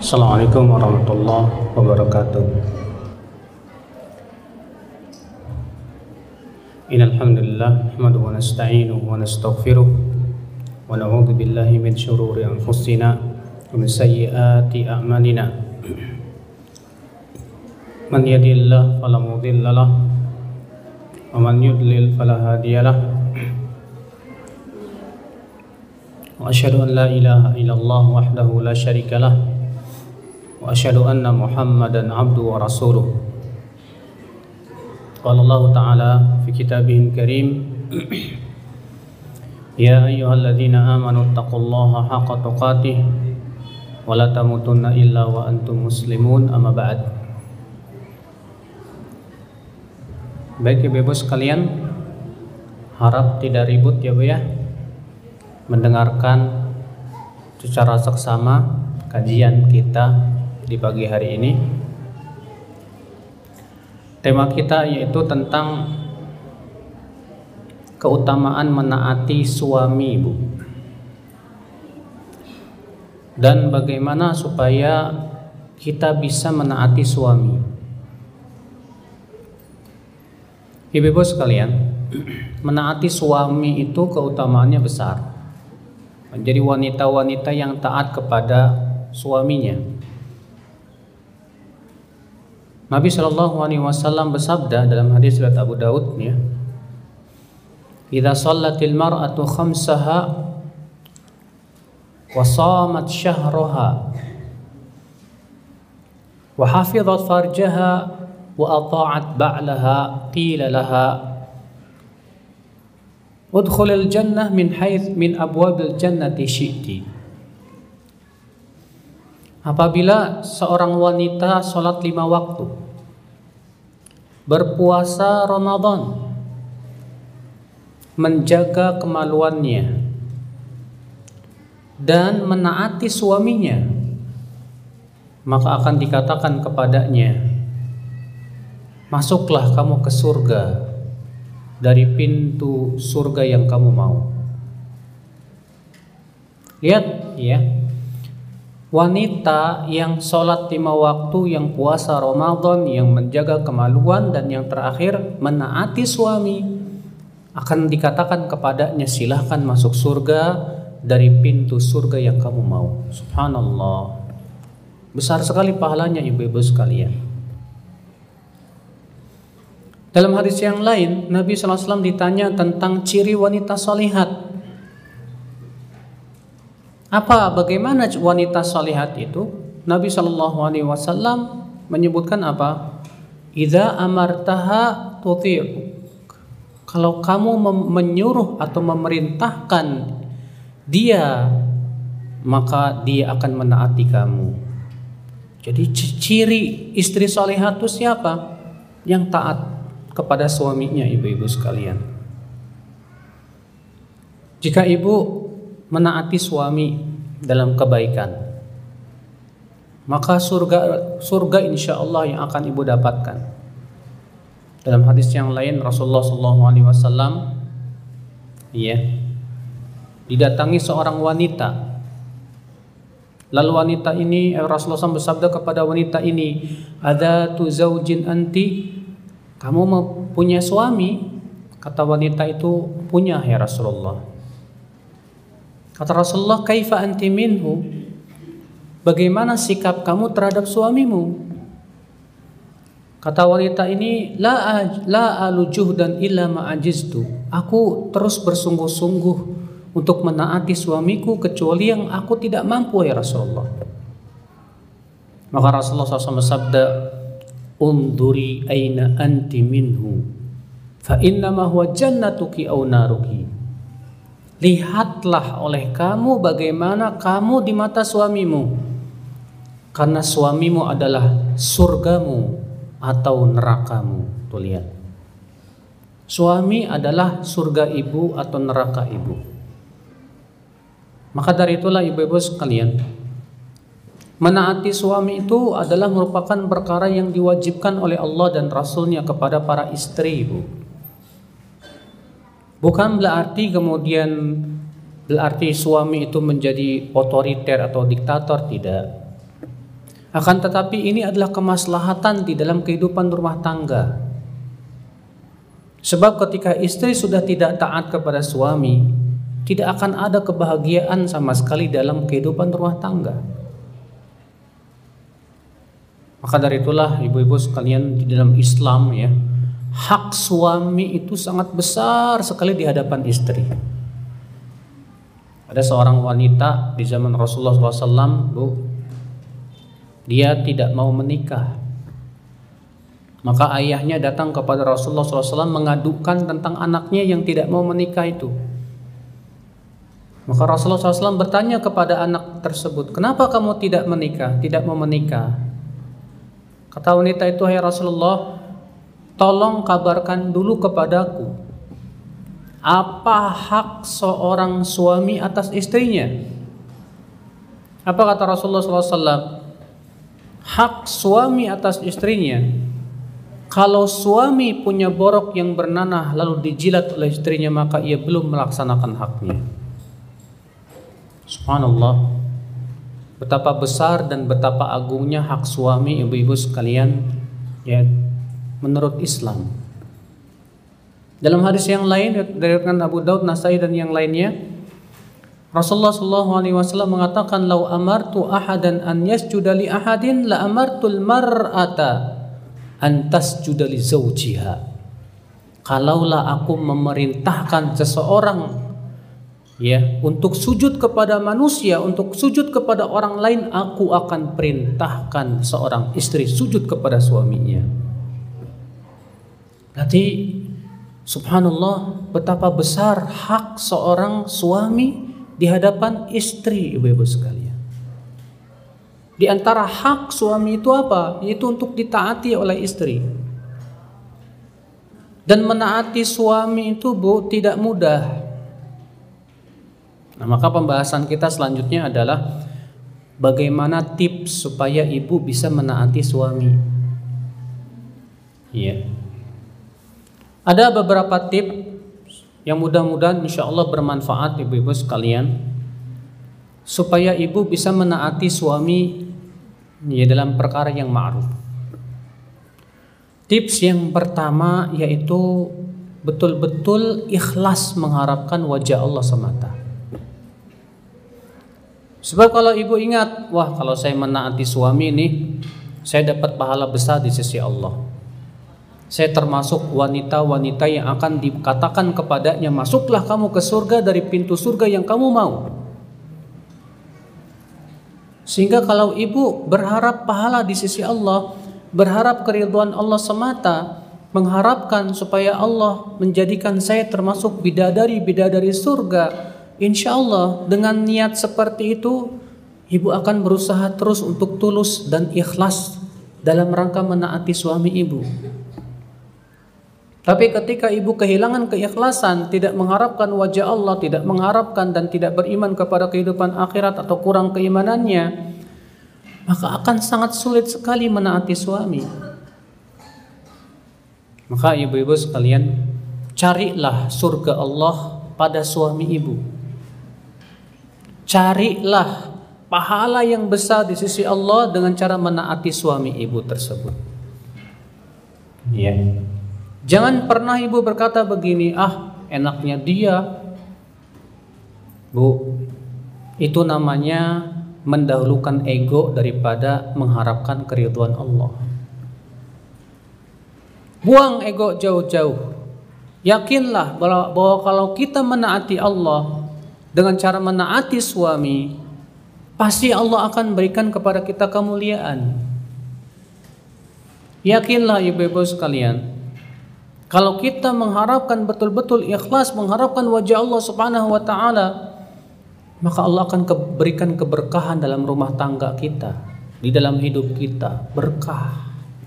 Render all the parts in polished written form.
Assalamualaikum warahmatullahi wabarakatuh. Innal hamdalillah nahmaduhu wa nasta'inuhu wa nastaghfiruh wa na'udzu billahi min shururi anfusina wa min sayyiati a'malina. Man yahdihillahu fala mudilla lahu wa man yudlil fala hadiya lahu. Wa asyhadu an la ilaha illallah wahdahu la syarika lahu wa asyhadu anna Muhammadan abduhu wa rasuluh. Qala Allah Ta'ala fi kitabihil karim, ya ayyuhalladzina amanu taqullaha haqqa tuqatih wa la tamutunna illa wa antum muslimun, amma ba'd. Baik Ibu sekalian, harap tidak ribut ya Bu ya, mendengarkan secara seksama kajian kita di pagi hari ini. Tema kita yaitu tentang keutamaan menaati suami, Bu, dan bagaimana supaya kita bisa menaati suami. Ibu sekalian, menaati suami itu keutamaannya besar. Menjadi wanita-wanita yang taat kepada suaminya. Nabi Shallallahu Alaihi Wasallam bersabda dalam hadis riwayat Abu Daud, ya, "Idza shallatil mar'atu khamsaha wa shamat syahraha wa hafizat farjaha wa ata'at ba'laha qila laha udkhulil jannah min abwabil jannati syi'ti." Apabila seorang wanita sholat 5 waktu, berpuasa Ramadan, menjaga kemaluannya, dan menaati suaminya, maka akan dikatakan kepadanya, masuklah kamu ke surga dari pintu surga yang kamu mau. Lihat ya, wanita yang sholat 5 waktu, yang puasa Ramadan, yang menjaga kemaluan, dan yang terakhir menaati suami, akan dikatakan kepadanya, silahkan masuk surga dari pintu surga yang kamu mau. Subhanallah, besar sekali pahalanya ibu-ibu sekalian. Dalam hadis yang lain, Nabi SAW ditanya tentang ciri wanita sholihat. Bagaimana wanita sholihat itu? Nabi SAW menyebutkan apa? Idza amartaha tuti'u. Kalau kamu menyuruh atau memerintahkan dia, maka dia akan menaati kamu. Jadi ciri istri sholihat itu siapa? Yang taat kepada suaminya, ibu-ibu sekalian. Jika ibu menaati suami dalam kebaikan, maka surga insya Allah yang akan ibu dapatkan. Dalam hadis yang lain, Rasulullah SAW, ya, didatangi seorang wanita. Lalu wanita ini, Rasulullah SAW bersabda kepada wanita ini, "Adzatu zaujin anti?" Kamu punya suami? Kata wanita itu, punya ya Rasulullah. Kata Rasulullah, "Kaifa anti minhu?" Bagaimana sikap kamu terhadap suamimu? Kata wanita ini, la alujuh dan illa ma'ajiztu. Aku terus bersungguh-sungguh untuk menaati suamiku kecuali yang aku tidak mampu ya Rasulullah. Maka Rasulullah SAW bersabda, "Unduri aina anti minhu, fa innama huwa jannatuki aw naruki." Lihatlah oleh kamu bagaimana kamu di mata suamimu, karena suamimu adalah surgamu atau nerakamu. Tuh lihat, suami adalah surga ibu atau neraka ibu. Maka dari itulah ibu-ibu sekalian, menaati suami itu adalah merupakan perkara yang diwajibkan oleh Allah dan Rasulnya kepada para istri, ibu. Bukan berarti suami itu menjadi otoriter atau diktator, tidak. Akan tetapi ini adalah kemaslahatan di dalam kehidupan rumah tangga. Sebab ketika istri sudah tidak taat kepada suami, tidak akan ada kebahagiaan sama sekali dalam kehidupan rumah tangga. Maka dari itulah ibu-ibu sekalian, di dalam Islam ya, hak suami itu sangat besar sekali di hadapan istri. Ada seorang wanita di zaman Rasulullah SAW, Bu, dia tidak mau menikah. Maka ayahnya datang kepada Rasulullah SAW mengadukan tentang anaknya yang tidak mau menikah itu. Maka Rasulullah SAW bertanya kepada anak tersebut, kenapa kamu tidak menikah, tidak mau menikah? Kata wanita itu, hai Rasulullah, tolong kabarkan dulu kepadaku, apa hak seorang suami atas istrinya? Apa kata Rasulullah SAW? Hak suami atas istrinya, kalau suami punya borok yang bernanah lalu dijilat oleh istrinya, maka ia belum melaksanakan haknya. Subhanallah, betapa besar dan betapa agungnya hak suami, ibu-ibu sekalian, ya, menurut Islam. Dalam hadis yang lain dari Abu Daud, Nasai dan yang lainnya, Rasulullah SAW mengatakan, "Lau amartu ahadan an yasjuda li ahadin la amartul mar'ata an tasjuda li zawjiha." Kalaulah aku memerintahkan seseorang ya untuk sujud kepada manusia, untuk sujud kepada orang lain, aku akan perintahkan seorang istri sujud kepada suaminya. Berarti subhanallah, betapa besar hak seorang suami di hadapan istri, ibu-ibu sekalian. Di antara hak suami itu apa? Yaitu untuk ditaati oleh istri. Dan menaati suami itu, Bu, tidak mudah. Nah, maka pembahasan kita selanjutnya adalah bagaimana tips supaya ibu bisa menaati suami. Iya. Ada beberapa tips yang mudah-mudahan insya Allah bermanfaat ibu-ibu sekalian, supaya ibu bisa menaati suami ya dalam perkara yang ma'ruf. Tips yang pertama yaitu betul-betul ikhlas mengharapkan wajah Allah semata. Sebab kalau ibu ingat, wah, kalau saya menaati suami ini, saya dapat pahala besar di sisi Allah. Saya termasuk wanita-wanita yang akan dikatakan kepadanya, masuklah kamu ke surga dari pintu surga yang kamu mau. Sehingga kalau ibu berharap pahala di sisi Allah, berharap keridhaan Allah semata, mengharapkan supaya Allah menjadikan saya termasuk bidadari-bidadari surga, insya Allah dengan niat seperti itu, ibu akan berusaha terus untuk tulus dan ikhlas dalam rangka menaati suami ibu. Tapi ketika ibu kehilangan keikhlasan, tidak mengharapkan wajah Allah, tidak mengharapkan dan tidak beriman kepada kehidupan akhirat atau kurang keimanannya, maka akan sangat sulit sekali menaati suami. Maka ibu-ibu sekalian, carilah surga Allah pada suami ibu. Carilah pahala yang besar di sisi Allah dengan cara menaati suami ibu tersebut. Ya. Jangan pernah ibu berkata begini, ah, enaknya dia. Bu, itu namanya mendahulukan ego daripada mengharapkan keridhaan Allah. Buang ego jauh-jauh. Yakinlah bahwa kalau kita menaati Allah dengan cara menaati suami, pasti Allah akan berikan kepada kita kemuliaan. Yakinlah ibu-ibu sekalian, kalau kita mengharapkan betul-betul ikhlas, mengharapkan wajah Allah Subhanahu wa ta'ala, maka Allah akan berikan keberkahan dalam rumah tangga kita, di dalam hidup kita, berkah.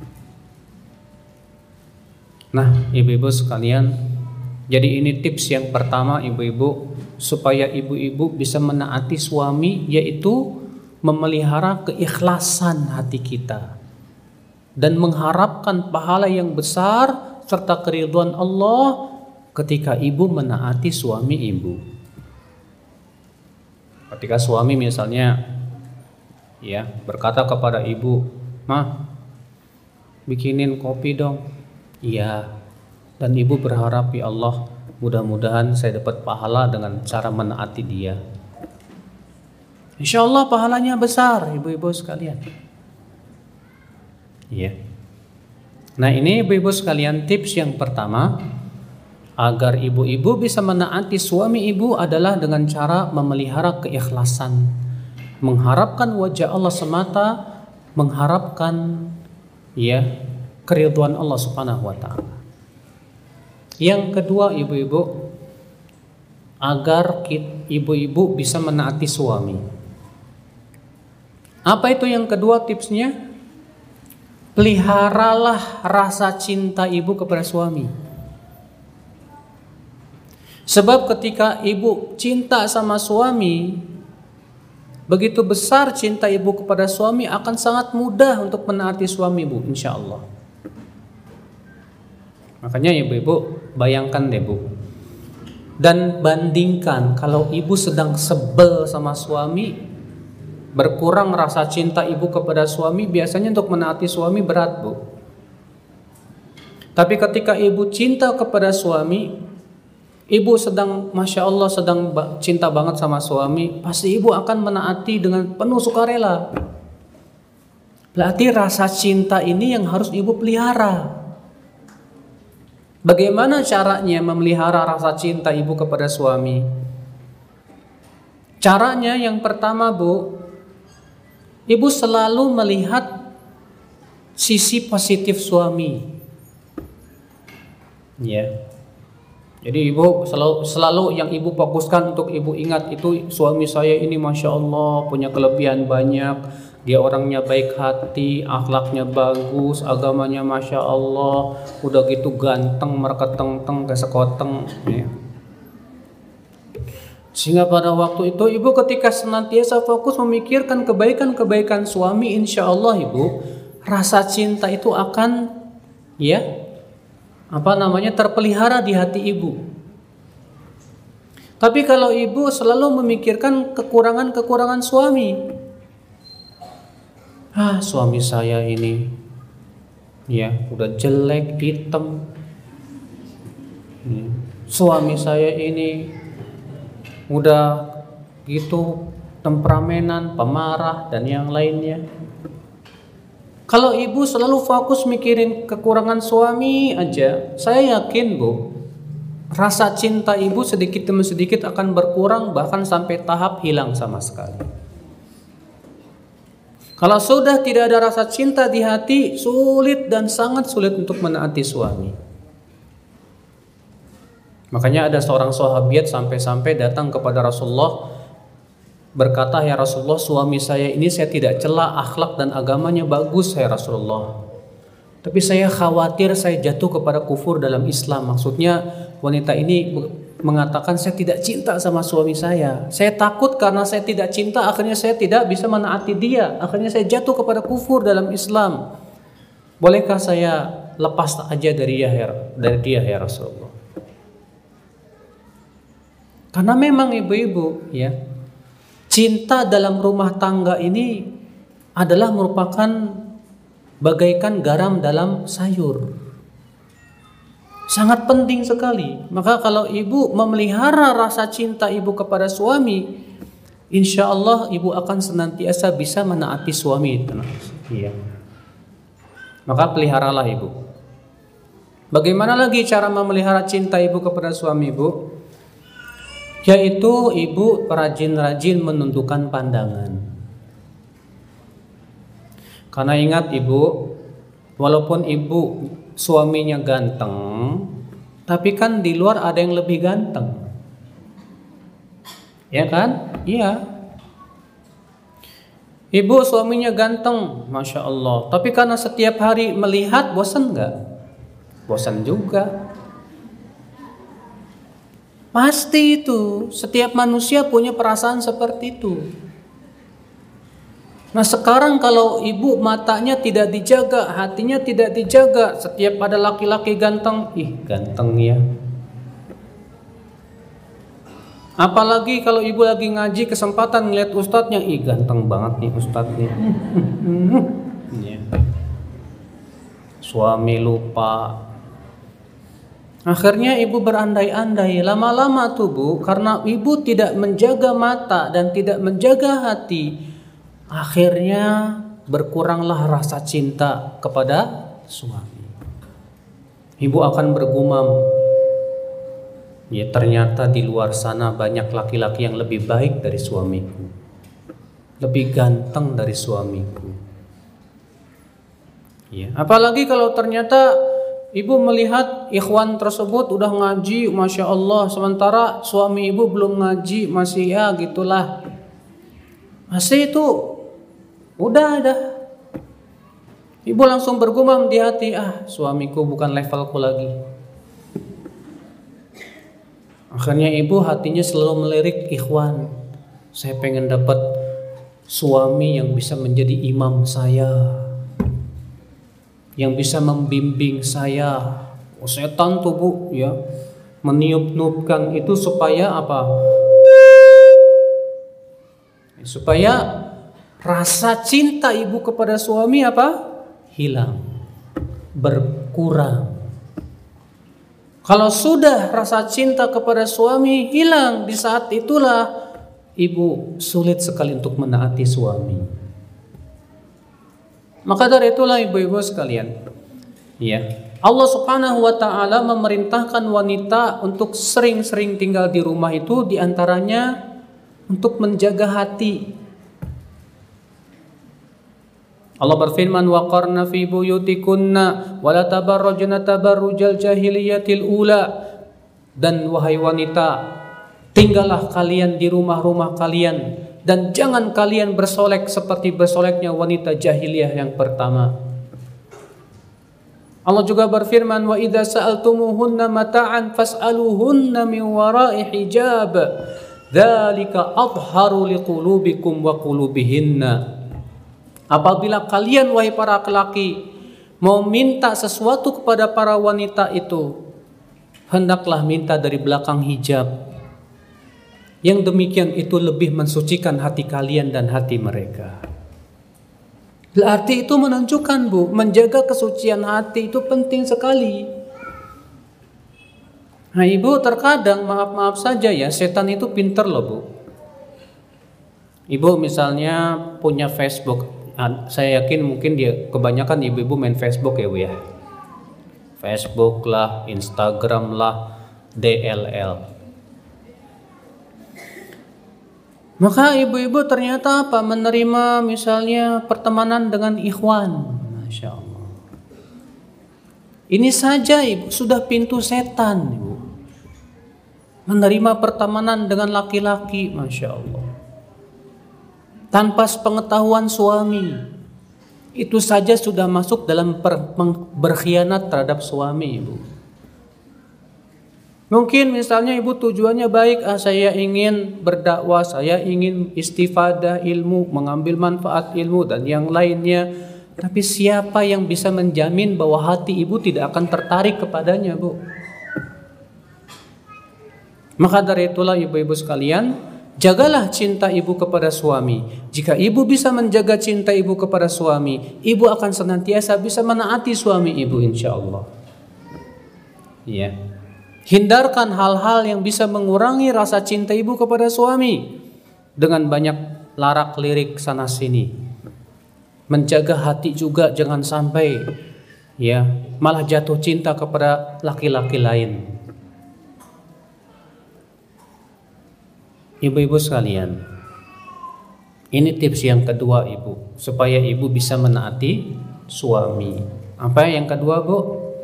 Nah, ibu-ibu sekalian, jadi ini tips yang pertama ibu-ibu, supaya ibu-ibu bisa menaati suami, yaitu memelihara keikhlasan hati kita dan mengharapkan pahala yang besar serta keridhaan Allah ketika ibu menaati suami ibu. Ketika suami misalnya ya, berkata kepada ibu, "Mah, bikinin kopi dong." Iya. Dan ibu berharap, ya Allah, mudah-mudahan saya dapat pahala dengan cara menaati dia. Insya Allah pahalanya besar, ibu-ibu sekalian. Iya. Nah, ini ibu-ibu sekalian tips yang pertama agar ibu-ibu bisa menaati suami ibu adalah dengan cara memelihara keikhlasan, mengharapkan wajah Allah semata, mengharapkan ya keridhaan Allah Subhanahu wa taala. Yang kedua, ibu-ibu, agar ibu-ibu bisa menaati suami. Apa itu yang kedua tipsnya? Peliharalah rasa cinta ibu kepada suami. Sebab ketika ibu cinta sama suami, begitu besar cinta ibu kepada suami, akan sangat mudah untuk menaati suami ibu, insya Allah. Makanya ibu-ibu bayangkan deh bu, dan bandingkan kalau ibu sedang sebel sama suami, berkurang rasa cinta ibu kepada suami, biasanya untuk menaati suami berat bu. Tapi ketika ibu cinta kepada suami, ibu sedang Masya Allah sedang cinta banget sama suami, pasti ibu akan menaati dengan penuh sukarela. Berarti rasa cinta ini yang harus ibu pelihara. Bagaimana caranya memelihara rasa cinta ibu kepada suami? Caranya yang pertama bu, ibu selalu melihat sisi positif suami. Ya. Jadi ibu selalu yang ibu fokuskan untuk ibu ingat itu suami saya ini Masya Allah punya kelebihan banyak. Dia orangnya baik hati, akhlaknya bagus, agamanya Masya Allah, udah gitu ganteng, merketeng-teng, kayak sekoteng. Ya. Sehingga pada waktu itu ibu ketika senantiasa fokus memikirkan kebaikan-kebaikan suami, insya Allah ibu, rasa cinta itu akan terpelihara di hati ibu. Tapi kalau ibu selalu memikirkan kekurangan-kekurangan suami, suami saya ini udah jelek, hitam, suami saya ini udah gitu temperamenan, pemarah dan yang lainnya. Kalau ibu selalu fokus mikirin kekurangan suami aja, saya yakin bu, rasa cinta ibu sedikit demi sedikit akan berkurang, bahkan sampai tahap hilang sama sekali. Kalau sudah tidak ada rasa cinta di hati, sulit dan sangat sulit untuk menaati suami. Makanya ada seorang sahabiat sampai-sampai datang kepada Rasulullah, berkata, "Ya Rasulullah, suami saya ini saya tidak cela, akhlak dan agamanya bagus ya Rasulullah. Tapi saya khawatir saya jatuh kepada kufur dalam Islam." Maksudnya wanita ini mengatakan, "Saya tidak cinta sama suami saya. Saya takut karena saya tidak cinta, akhirnya saya tidak bisa menaati dia. Akhirnya saya jatuh kepada kufur dalam Islam. Bolehkah saya lepas aja dari dia ya Rasulullah?" Karena memang ibu-ibu cinta dalam rumah tangga ini adalah merupakan bagaikan garam dalam sayur. Sangat penting sekali. Maka kalau ibu memelihara rasa cinta ibu kepada suami, insya Allah ibu akan senantiasa bisa menaati suami. Maka peliharalah ibu. Bagaimana lagi cara memelihara cinta ibu kepada suami ibu? Yaitu ibu rajin-rajin menundukkan pandangan. Karena ingat ibu, walaupun ibu suaminya ganteng, tapi kan di luar ada yang lebih ganteng. Ya kan? Iya. Ibu suaminya ganteng, Masya Allah, tapi karena setiap hari melihat, bosan nggak? Bosan juga. Pasti itu, setiap manusia punya perasaan seperti itu. Nah sekarang kalau ibu matanya tidak dijaga, hatinya tidak dijaga, setiap ada laki-laki ganteng, ganteng ya. Apalagi kalau ibu lagi ngaji kesempatan ngeliat ustadznya, ih ganteng banget nih ustadznya. Ya. Suami lupa. Akhirnya ibu berandai-andai, lama-lama tuh Bu, karena ibu tidak menjaga mata dan tidak menjaga hati, akhirnya berkuranglah rasa cinta kepada suami. Ibu akan bergumam, ya ternyata di luar sana banyak laki-laki yang lebih baik dari suamiku, lebih ganteng dari suamiku. Ya, apalagi kalau ternyata ibu melihat ikhwan tersebut udah ngaji, Masya Allah, sementara suami ibu belum ngaji, masih ya gitulah. Masih itu udah ada. Ibu langsung bergumam di hati, suamiku bukan levelku lagi. Akhirnya ibu hatinya selalu melirik ikhwan. Saya pengen dapat suami yang bisa menjadi imam saya, yang bisa membimbing saya. Setan tuh Bu, ya, meniup-niupkan itu supaya apa? Supaya rasa cinta ibu kepada suami apa? Hilang, berkurang. Kalau sudah rasa cinta kepada suami hilang, di saat itulah ibu sulit sekali untuk menaati suami. Maka dari itulah ibu-ibu sekalian, ya, Allah Subhanahu wa taala memerintahkan wanita untuk sering-sering tinggal di rumah itu, diantaranya untuk menjaga hati. Allah berfirman, wa qarna fi buyutikunna wa la tabarrajna tabarrujal jahiliyatil ula. Dan wahai wanita, tinggallah kalian di rumah-rumah kalian dan jangan kalian bersolek seperti bersoleknya wanita jahiliyah yang pertama. Allah juga berfirman, wa idza sa'altumuhunna mata'an fas'aluhunna min wara'i hijab. Dzalika adharu liqulubikum wa qulubihinna. Apabila kalian wahai para laki-laki mau minta sesuatu kepada para wanita itu, hendaklah minta dari belakang hijab. Yang demikian itu lebih mensucikan hati kalian dan hati mereka. Berarti itu menunjukkan Bu, menjaga kesucian hati itu penting sekali. Nah ibu terkadang maaf-maaf saja ya, setan itu pinter loh Bu. Ibu misalnya punya Facebook, saya yakin mungkin dia kebanyakan ibu-ibu main Facebook ya Bu ya. Facebook lah, Instagram lah, DLL. Maka ibu-ibu ternyata apa? Menerima misalnya pertemanan dengan ikhwan. Masya Allah. Ini saja ibu, sudah pintu setan ibu. Menerima pertemanan dengan laki-laki, Masya Allah, tanpa sepengetahuan suami. Itu saja sudah masuk dalam berkhianat terhadap suami ibu. Mungkin misalnya ibu tujuannya baik, saya ingin berdakwah, saya ingin istifadah ilmu, mengambil manfaat ilmu dan yang lainnya. Tapi siapa yang bisa menjamin bahwa hati ibu tidak akan tertarik kepadanya Bu? Maka dari itulah ibu-ibu sekalian, jagalah cinta ibu kepada suami. Jika ibu bisa menjaga cinta ibu kepada suami, ibu akan senantiasa bisa menaati suami ibu insya Allah. Ya. Hindarkan hal-hal yang bisa mengurangi rasa cinta ibu kepada suami dengan banyak larak-lirik sana sini. Menjaga hati juga, jangan sampai ya malah jatuh cinta kepada laki-laki lain. Ibu-ibu sekalian, ini tips yang kedua ibu, supaya ibu bisa menaati suami. Apa yang kedua Bu?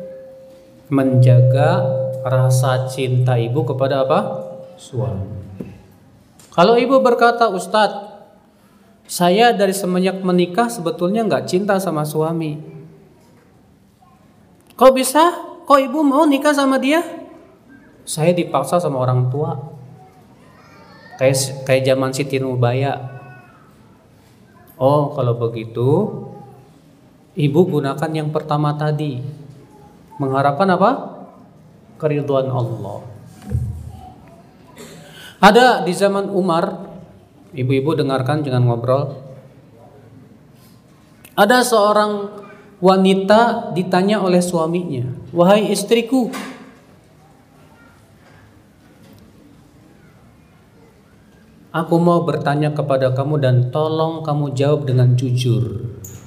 Menjaga rasa cinta ibu kepada apa? Suami. Kalau ibu berkata, Ustadz, saya dari semenjak menikah sebetulnya nggak cinta sama suami. Kok bisa? Kok ibu mau nikah sama dia? Saya dipaksa sama orang tua. Kayak zaman Siti Nubaya. Oh, kalau begitu ibu gunakan yang pertama tadi. Mengharapkan apa? Keridhaan Allah. Ada di zaman Umar, ibu-ibu dengarkan, jangan ngobrol. Ada seorang wanita ditanya oleh suaminya, "Wahai istriku, aku mau bertanya kepada kamu dan tolong kamu jawab dengan jujur."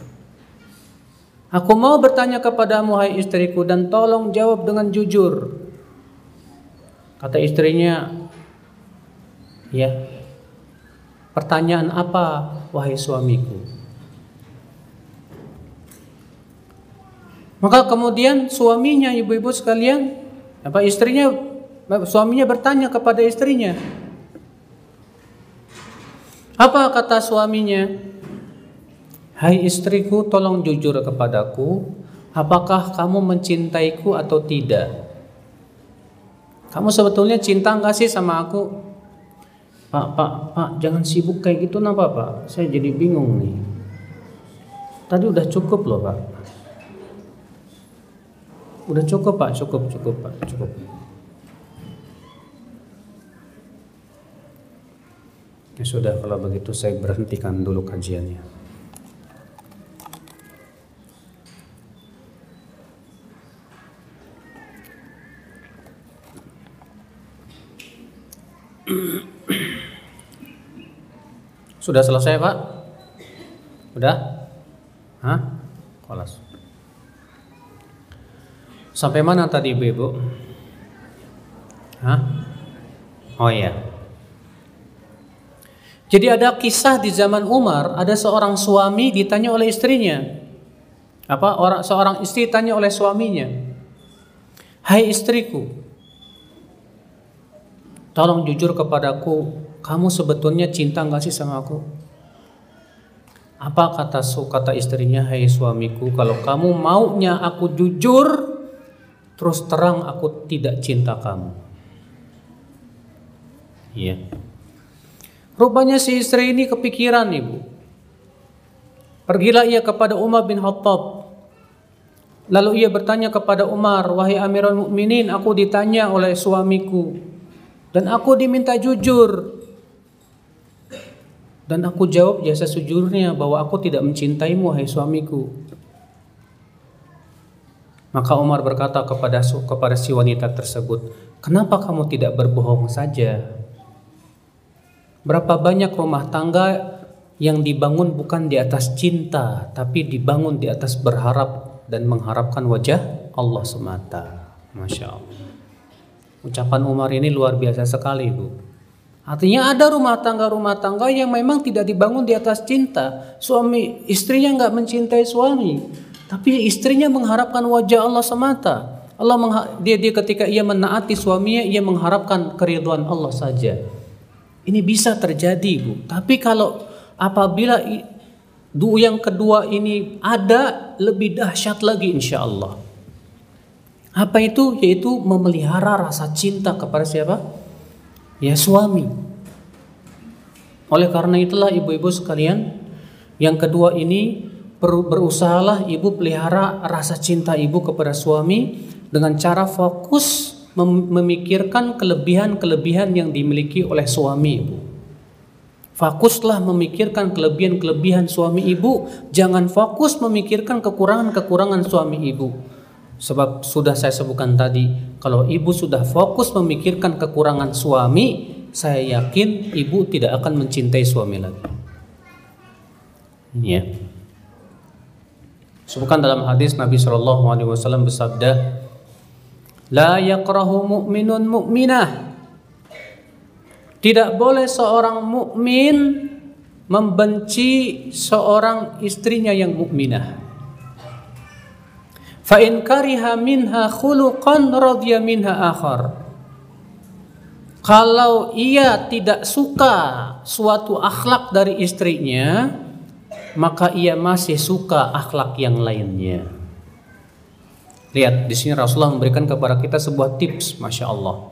Aku mau bertanya kepadamu, hai istriku, dan tolong jawab dengan jujur. Kata istrinya, "Ya, pertanyaan apa, wahai suamiku?" Maka kemudian suaminya, ibu-ibu sekalian, suaminya bertanya kepada istrinya. Apa kata suaminya? "Hai istriku, tolong jujur kepadaku, apakah kamu mencintaiku atau tidak? Kamu sebetulnya cinta nggak sih sama aku?" Pak, jangan sibuk kayak gitu napa Pak? Saya jadi bingung nih. Tadi udah cukup loh Pak. Udah cukup Pak, cukup Pak, cukup. Ya sudah, kalau begitu saya berhentikan dulu kajiannya. Sudah selesai Pak? Udah? Hah? Kelas. Sampai mana tadi Ibu? Hah? Oh iya. Jadi ada kisah di zaman Umar, ada seorang suami ditanya oleh istrinya. Seorang istri tanya oleh suaminya, "Hai istriku, tolong jujur kepadaku, kamu sebetulnya cinta gak sih sama aku?" Apa kata istrinya? "Hai suamiku, kalau kamu maunya aku jujur, terus terang aku tidak cinta kamu." Iya. Rupanya si istri ini kepikiran, Ibu. Pergilah ia kepada Umar bin Khattab. Lalu ia bertanya kepada Umar, "Wahai Amirul Mukminin, aku ditanya oleh suamiku dan aku diminta jujur. Dan aku jawab jasa sejujurnya bahwa aku tidak mencintaimu, wahai suamiku." Maka Umar berkata kepada si wanita tersebut, "Kenapa kamu tidak berbohong saja? Berapa banyak rumah tangga yang dibangun bukan di atas cinta, tapi dibangun di atas berharap dan mengharapkan wajah Allah semata." Masya Allah. Ucapan Umar ini luar biasa sekali, Bu. Artinya ada rumah tangga yang memang tidak dibangun di atas cinta. Suami istrinya nggak mencintai suami, tapi istrinya mengharapkan wajah Allah semata. Dia ketika ia menaati suaminya, ia mengharapkan keridhaan Allah saja. Ini bisa terjadi, Bu. Tapi kalau apabila yang kedua ini ada, lebih dahsyat lagi insya Allah. Apa itu? Yaitu memelihara rasa cinta kepada siapa? Ya, suami. Oleh karena itulah ibu-ibu sekalian, yang kedua ini berusahalah ibu pelihara rasa cinta ibu kepada suami dengan cara fokus memikirkan kelebihan-kelebihan yang dimiliki oleh suami ibu. Fokuslah memikirkan kelebihan-kelebihan suami ibu, jangan fokus memikirkan kekurangan-kekurangan suami ibu. Sebab sudah saya sebutkan tadi, kalau ibu sudah fokus memikirkan kekurangan suami, saya yakin ibu tidak akan mencintai suami lagi. Ya. Sebutkan dalam hadis Nabi SAW bersabda, "La yakrahu mu'minun mu'minah." Tidak boleh seorang mukmin membenci seorang istrinya yang mukminah. Fa in kariha minha khuluqan radiya minha akhar. Kalau ia tidak suka suatu akhlak dari istrinya, maka ia masih suka akhlak yang lainnya. Lihat, di sini Rasulullah memberikan kepada kita sebuah tips, Masya Allah.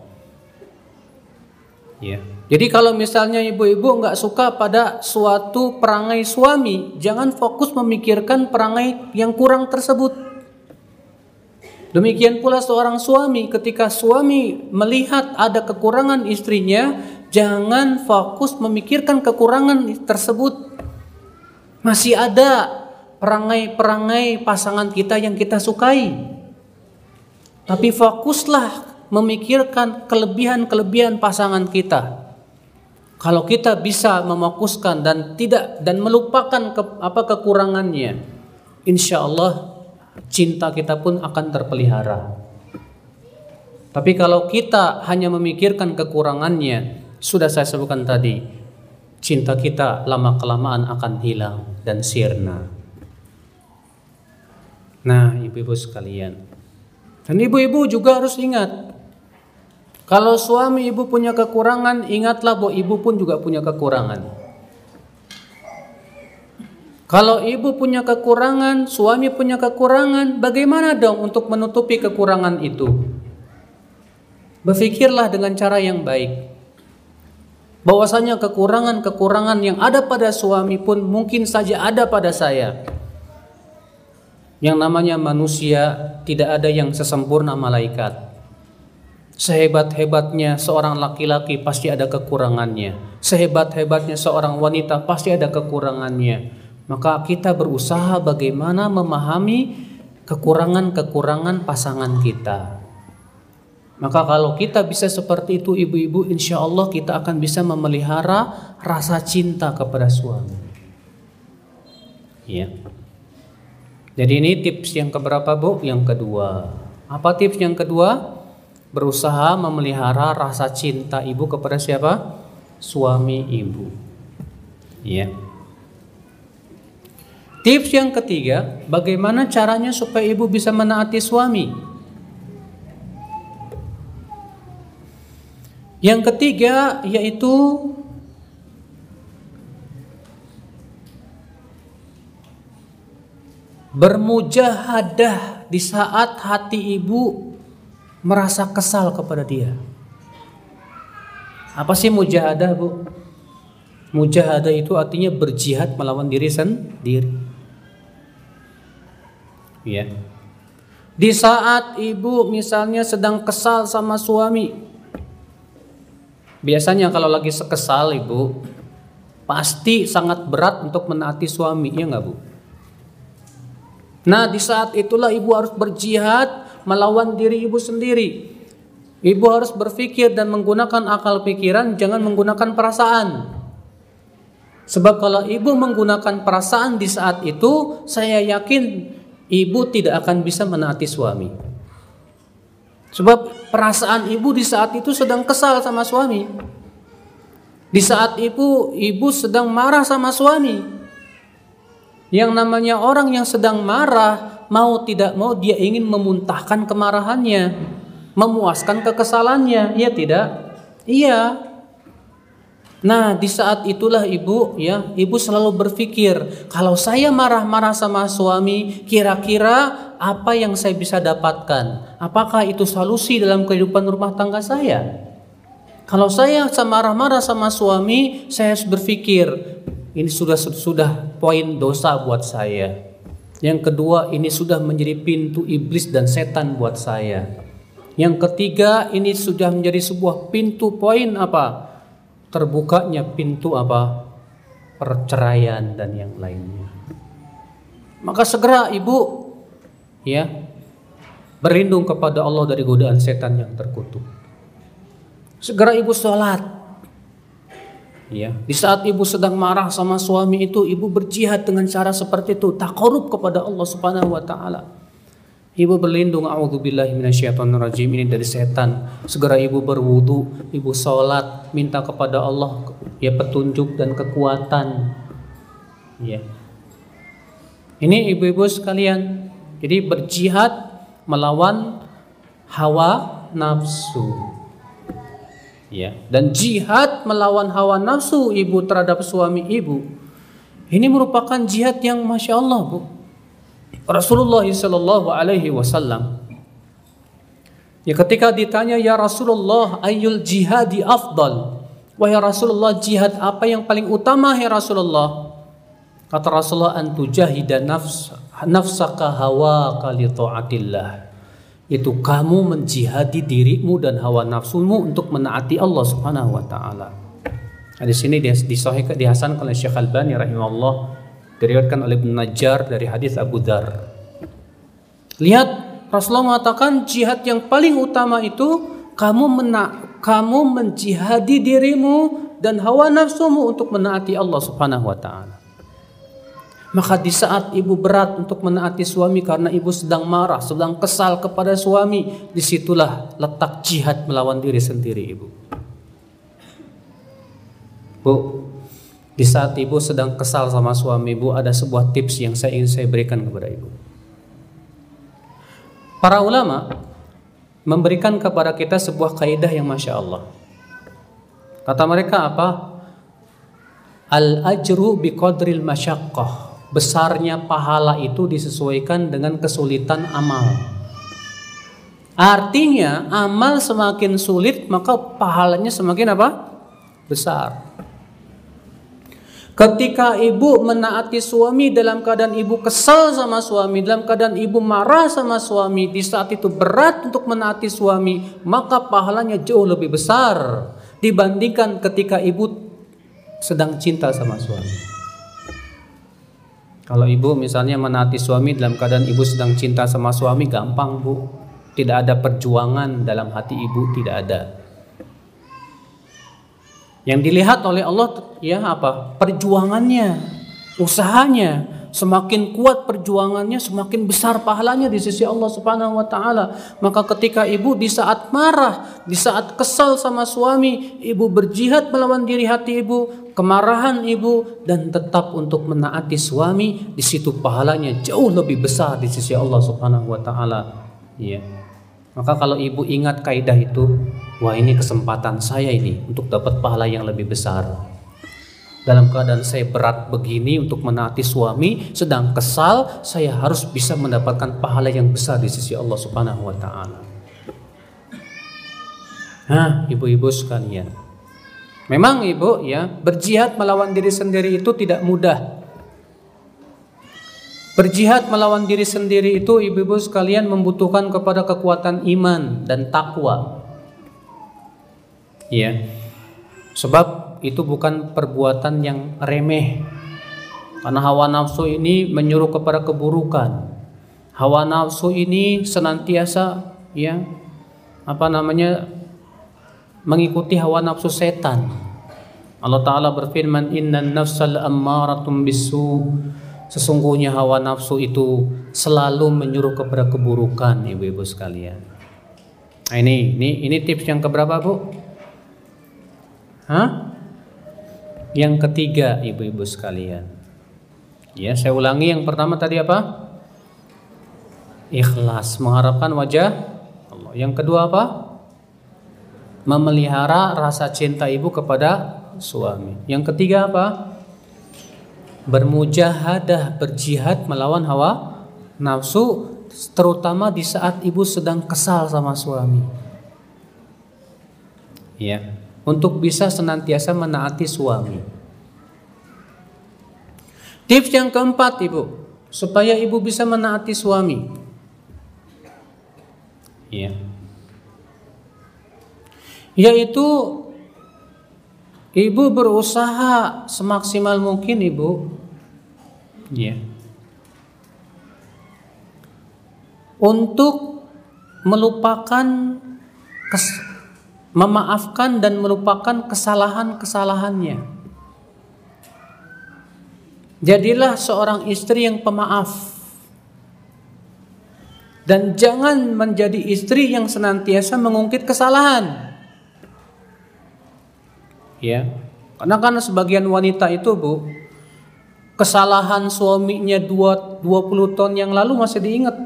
Ya. Jadi kalau misalnya ibu-ibu nggak suka pada suatu perangai suami, jangan fokus memikirkan perangai yang kurang tersebut. Demikian pula seorang suami, ketika suami melihat ada kekurangan istrinya, Jangan fokus memikirkan kekurangan tersebut. Masih ada perangai-perangai pasangan kita yang kita sukai. Tapi fokuslah memikirkan kelebihan-kelebihan pasangan kita. Kalau kita bisa memfokuskan dan melupakan kekurangannya, insya Allah cinta kita pun akan terpelihara. Tapi kalau kita hanya memikirkan kekurangannya, sudah saya sebutkan tadi, cinta kita lama-kelamaan akan hilang dan sirna. Nah, ibu-ibu sekalian, dan ibu-ibu juga harus ingat, kalau suami ibu punya kekurangan, ingatlah bahwa ibu pun juga punya kekurangan. Kalau ibu punya kekurangan, suami punya kekurangan, bagaimana dong untuk menutupi kekurangan itu? Berpikirlah dengan cara yang baik. Bahwasanya kekurangan-kekurangan yang ada pada suami pun mungkin saja ada pada saya. Yang namanya manusia, tidak ada yang sesempurna malaikat. Sehebat-hebatnya seorang laki-laki pasti ada kekurangannya. Sehebat-hebatnya seorang wanita pasti ada kekurangannya. Maka kita berusaha bagaimana memahami kekurangan-kekurangan pasangan kita. Maka kalau kita bisa seperti itu ibu-ibu, insya Allah kita akan bisa memelihara rasa cinta kepada suami. Ya. Jadi ini tips yang keberapa, Bu? Yang kedua. Apa tips yang kedua? Berusaha memelihara rasa cinta ibu kepada siapa? Suami ibu. Ya. Tips yang ketiga, bagaimana caranya supaya ibu bisa menaati suami? Yang ketiga yaitu bermujahadah di saat hati ibu merasa kesal kepada dia. Apa sih mujahadah, Bu? Mujahadah itu artinya berjihad melawan diri sendiri. Ya. Di saat ibu misalnya sedang kesal sama suami, biasanya kalau lagi sekesal ibu, pasti sangat berat untuk menaati suami, ya nggak, Bu? Nah, di saat itulah ibu harus berjihad melawan diri ibu sendiri. Ibu harus berpikir dan menggunakan akal pikiran, jangan menggunakan perasaan. Sebab kalau ibu menggunakan perasaan di saat itu, saya yakin ibu tidak akan bisa menaati suami. Sebab perasaan ibu di saat itu sedang kesal sama suami. Di saat ibu sedang marah sama suami. Yang namanya orang yang sedang marah, mau tidak mau dia ingin memuntahkan kemarahannya, memuaskan kekesalannya, ya tidak? Iya. Nah, di saat itulah ibu selalu berpikir, kalau saya marah-marah sama suami, kira-kira apa yang saya bisa dapatkan? Apakah itu solusi dalam kehidupan rumah tangga saya? Kalau saya marah-marah sama suami, saya harus berpikir, ini sudah poin dosa buat saya. Yang kedua, ini sudah menjadi pintu iblis dan setan buat saya. Yang ketiga, ini sudah menjadi sebuah pintu poin apa? Terbukanya pintu apa? Perceraian dan yang lainnya. Maka segera ibu berlindung kepada Allah dari godaan setan yang terkutuk. Segera ibu sholat. Di saat ibu sedang marah sama suami itu, ibu berjihad dengan cara seperti itu, taqarrub kepada Allah Subhanahu wa taala. Ibu berlindung, a'udzubillahi minasyaitonirrajim, ini dari setan. Segera ibu berwudu, ibu sholat, minta kepada Allah petunjuk dan kekuatan. Ini ibu-ibu sekalian. Jadi berjihad melawan hawa nafsu. Dan jihad melawan hawa nafsu ibu terhadap suami ibu, ini merupakan jihad yang Masya Allah, Bu. Rasulullah sallallahu alaihi wasallam ketika ditanya, ya Rasulullah, ayyul jihadi afdal, wahai Rasulullah, jihad apa yang paling utama ya Rasulullah? Kata Rasulullah, an tujahida nafsaka hawaka li ta'atillah, itu kamu menjihadi dirimu dan hawa nafsumu untuk menaati Allah Subhanahu wa taala. Hadis ini dihasankan oleh Syekh Albani rahimahullah, diriwayatkan oleh Ibnu Najjar dari hadis Abu Dzar. Lihat, Rasulullah mengatakan jihad yang paling utama itu kamu menjihadi dirimu dan hawa nafsumu untuk menaati Allah Subhanahu wa taala. Maka di saat ibu berat untuk menaati suami karena ibu sedang marah, sedang kesal kepada suami, disitulah letak jihad melawan diri sendiri ibu. Bu, di saat ibu sedang kesal sama suami ibu, ada sebuah tips yang ingin saya berikan kepada ibu. Para ulama memberikan kepada kita sebuah kaidah yang Masya Allah. Kata mereka apa? Al-ajru biqadril masyaqqah. Besarnya pahala itu disesuaikan dengan kesulitan amal. Artinya amal semakin sulit maka pahalanya semakin apa? Besar. Ketika ibu menaati suami dalam keadaan ibu kesal sama suami, dalam keadaan ibu marah sama suami, di saat itu berat untuk menaati suami, maka pahalanya jauh lebih besar dibandingkan ketika ibu sedang cinta sama suami. Kalau ibu misalnya menaati suami dalam keadaan ibu sedang cinta sama suami, gampang bu. Tidak ada perjuangan dalam hati ibu, tidak ada. Yang dilihat oleh Allah ya apa? Perjuangannya, usahanya. Semakin kuat perjuangannya, semakin besar pahalanya di sisi Allah Subhanahu wa taala. Maka ketika ibu di saat marah, di saat kesal sama suami, ibu berjihad melawan diri hati ibu, kemarahan ibu, dan tetap untuk menaati suami, di situ pahalanya jauh lebih besar di sisi Allah Subhanahu wa taala. Iya. Maka kalau ibu ingat kaidah itu, wah ini kesempatan saya ini untuk dapat pahala yang lebih besar. Dalam keadaan saya berat begini untuk menaati suami, sedang kesal, saya harus bisa mendapatkan pahala yang besar di sisi Allah Subhanahu wa taala. Nah, ibu-ibu sekalian, memang ibu ya, berjihad melawan diri sendiri itu tidak mudah. Berjihad melawan diri sendiri itu ibu-ibu sekalian membutuhkan kepada kekuatan iman dan takwa. Ya. Sebab itu bukan perbuatan yang remeh. Karena hawa nafsu ini menyuruh kepada keburukan. Hawa nafsu ini senantiasa ya mengikuti hawa nafsu setan. Allah Ta'ala berfirman, innan nafsal ammaratum bisu. Sesungguhnya hawa nafsu itu selalu menyuruh kepada keburukan, ibu-ibu sekalian. Nah, ini tips yang keberapa, Bu? Yang ketiga, ibu-ibu sekalian. Ya, saya ulangi, yang pertama tadi apa? Ikhlas, mengharapkan wajah Allah. Yang kedua apa? Memelihara rasa cinta ibu kepada suami. Yang ketiga apa? Bermujahadah, berjihad melawan hawa nafsu, terutama di saat ibu sedang kesal sama suami. Ya, untuk bisa senantiasa menaati suami. Tips yang keempat ibu, supaya ibu bisa menaati suami. Ya. Yaitu ibu berusaha semaksimal mungkin ibu. Ya. Untuk memaafkan dan melupakan kesalahan-kesalahannya. Jadilah seorang istri yang pemaaf. Dan jangan menjadi istri yang senantiasa mengungkit kesalahan. Ya. Karena sebagian wanita itu, Bu, kesalahan suaminya 20 tahun yang lalu masih diingat.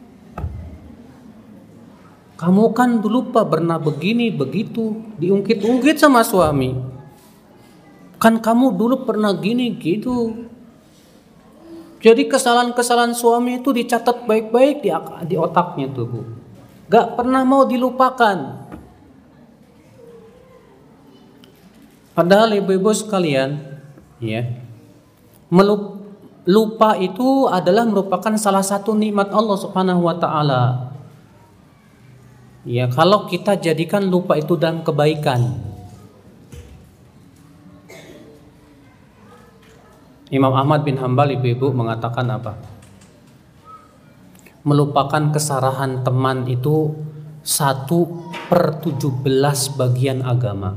Kamu kan dulu pernah begini, begitu, diungkit-ungkit sama suami. Kan kamu dulu pernah gini, gitu. Jadi kesalahan-kesalahan suami itu dicatat baik-baik di otaknya tuh, Bu. Gak pernah mau dilupakan. Padahal ibu-ibu sekalian, ya, lupa itu adalah merupakan salah satu nikmat Allah Subhanahu wa taala. Ya, kalau kita jadikan lupa itu dalam kebaikan. Imam Ahmad bin Hambal, ibu-ibu, mengatakan apa? Melupakan kesalahan teman itu 1/17 bagian agama.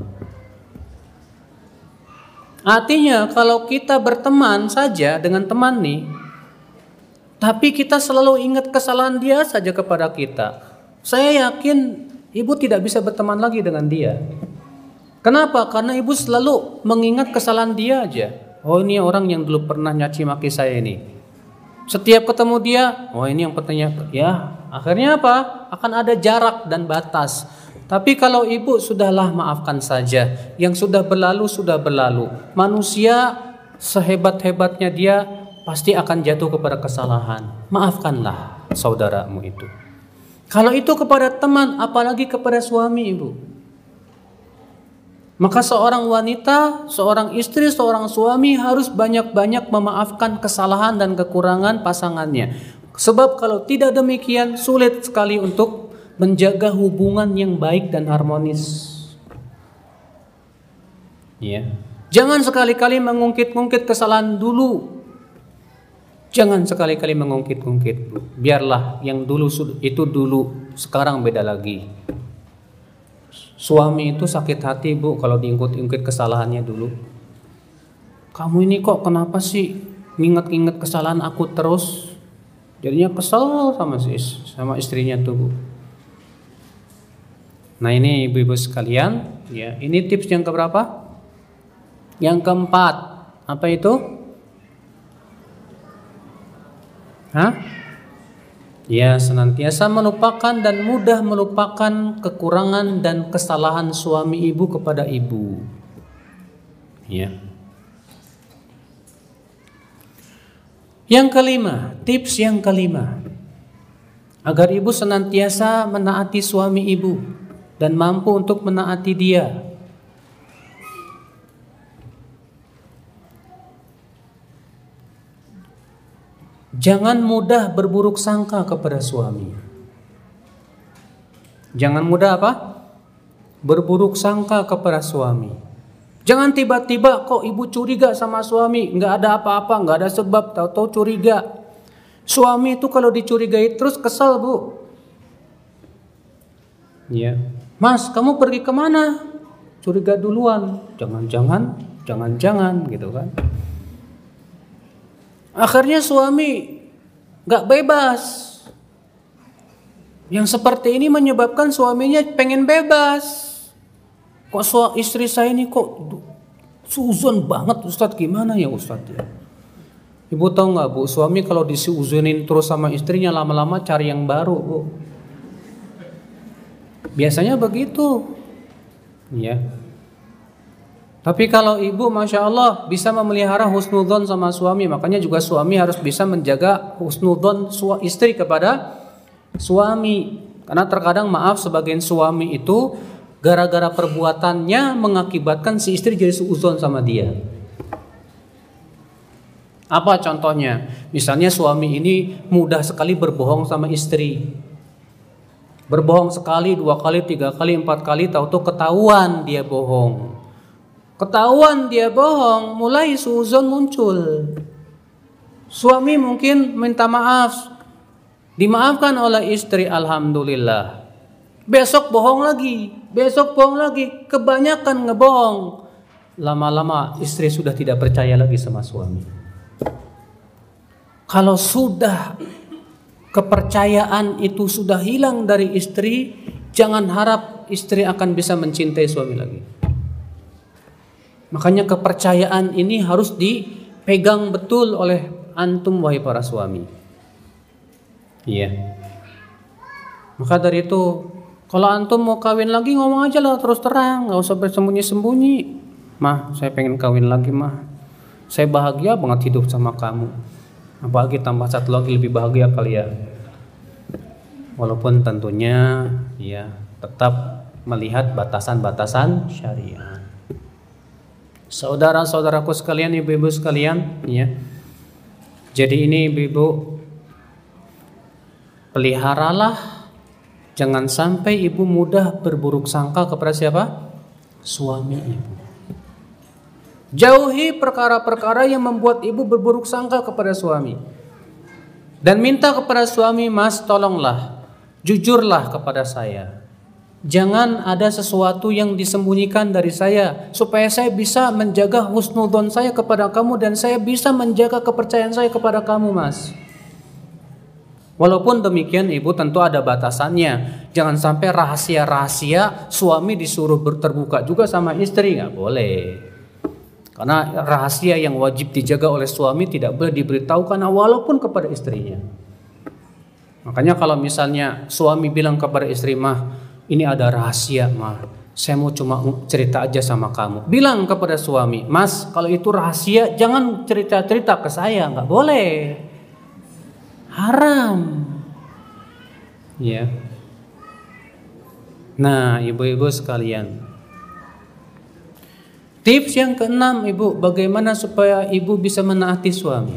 Artinya kalau kita berteman saja dengan teman nih, tapi kita selalu ingat kesalahan dia saja kepada kita, saya yakin ibu tidak bisa berteman lagi dengan dia. Kenapa? Karena ibu selalu mengingat kesalahan dia aja. Oh, ini orang yang dulu pernah nyaci maki saya ini. Setiap ketemu dia, oh ini yang petanya, ya akhirnya apa? Akan ada jarak dan batas. Tapi kalau ibu sudahlah, maafkan saja. Yang sudah berlalu sudah berlalu. Manusia sehebat-hebatnya dia pasti akan jatuh kepada kesalahan. Maafkanlah saudaramu itu. Kalau itu kepada teman, apalagi kepada suami, ibu. Maka seorang wanita, seorang istri, seorang suami harus banyak-banyak memaafkan kesalahan dan kekurangan pasangannya. Sebab kalau tidak demikian, sulit sekali untuk menjaga hubungan yang baik dan harmonis. Ya. Jangan sekali-kali mengungkit-ungkit kesalahan dulu. Jangan sekali-kali mengungkit-ungkit. Biarlah yang dulu itu dulu, sekarang beda lagi. Suami itu sakit hati, bu, kalau diungkit-ungkit kesalahannya dulu. Kamu ini kok kenapa sih nginget-nginget kesalahan aku terus? Jadinya kesel sama istrinya tuh, bu. Nah ini ibu-ibu sekalian, ya, ini tips yang keberapa? Yang keempat, apa itu? Ya, senantiasa melupakan dan mudah melupakan kekurangan dan kesalahan suami ibu kepada ibu. Ya. Yang kelima, tips yang kelima, agar ibu senantiasa menaati suami ibu dan mampu untuk menaati dia. Jangan mudah berburuk sangka kepada suami. Jangan mudah apa? Berburuk sangka kepada suami. Jangan tiba-tiba kok ibu curiga sama suami, nggak ada apa-apa, nggak ada sebab, tahu-tahu curiga. Suami itu kalau dicurigai terus kesal, bu. Ya, Mas, kamu pergi kemana? Curiga duluan. Jangan-jangan, gitu kan? Akhirnya suami gak bebas. Yang seperti ini menyebabkan suaminya pengen bebas. Kok istri saya ini kok suzon banget, Ustadz, gimana ya Ustadz ya? Ibu tahu gak, bu, suami kalau disuzonin terus sama istrinya, lama-lama cari yang baru, bu. Biasanya begitu. Ya. Tapi kalau ibu, masya Allah, bisa memelihara husnudzon sama suami, makanya juga suami harus bisa menjaga husnudzon istri kepada suami. Karena terkadang, maaf, sebagian suami itu gara-gara perbuatannya mengakibatkan si istri jadi suudzon sama dia. Apa contohnya? Misalnya suami ini mudah sekali berbohong sama istri. Berbohong sekali, 2 kali, 3 kali, 4 kali, tahu-tahu ketahuan dia bohong. Ketahuan dia bohong, mulai suuzon muncul. Suami mungkin minta maaf, dimaafkan oleh istri, alhamdulillah. Besok bohong lagi, kebanyakan ngebohong. Lama-lama istri sudah tidak percaya lagi sama suami. Kalau sudah kepercayaan itu sudah hilang dari istri, jangan harap istri akan bisa mencintai suami lagi. Makanya kepercayaan ini harus dipegang betul oleh antum, wahai para suami. Iya. Maka dari itu, kalau antum mau kawin lagi, ngomong aja lah terus terang, nggak usah bersembunyi-sembunyi. Mah, saya pengen kawin lagi, mah. Saya bahagia banget hidup sama kamu. Apalagi tambah satu lagi lebih bahagia kali ya. Walaupun tentunya, ya, tetap melihat batasan-batasan syariat. Saudara-saudaraku sekalian, ibu-ibu sekalian, ya. Jadi ini ibu-ibu, peliharalah, jangan sampai ibu mudah berburuk sangka kepada siapa? Suami ibu. Jauhi perkara-perkara yang membuat ibu berburuk sangka kepada suami. Dan minta kepada suami, Mas, tolonglah, jujurlah kepada saya. Jangan ada sesuatu yang disembunyikan dari saya, supaya saya bisa menjaga husnudzon saya kepada kamu dan saya bisa menjaga kepercayaan saya kepada kamu, Mas. Walaupun demikian ibu tentu ada batasannya. Jangan sampai rahasia-rahasia suami disuruh terbuka juga sama istri, nggak boleh. Karena rahasia yang wajib dijaga oleh suami tidak boleh diberitahukan walaupun kepada istrinya. Makanya kalau misalnya suami bilang kepada istri, mah ini ada rahasia, mah saya mau cuma cerita aja sama kamu. Bilang kepada suami, Mas kalau itu rahasia jangan cerita-cerita ke saya, nggak boleh. Haram. Ya. Nah, ibu-ibu sekalian, tips yang keenam, ibu, bagaimana supaya ibu bisa menaati suami?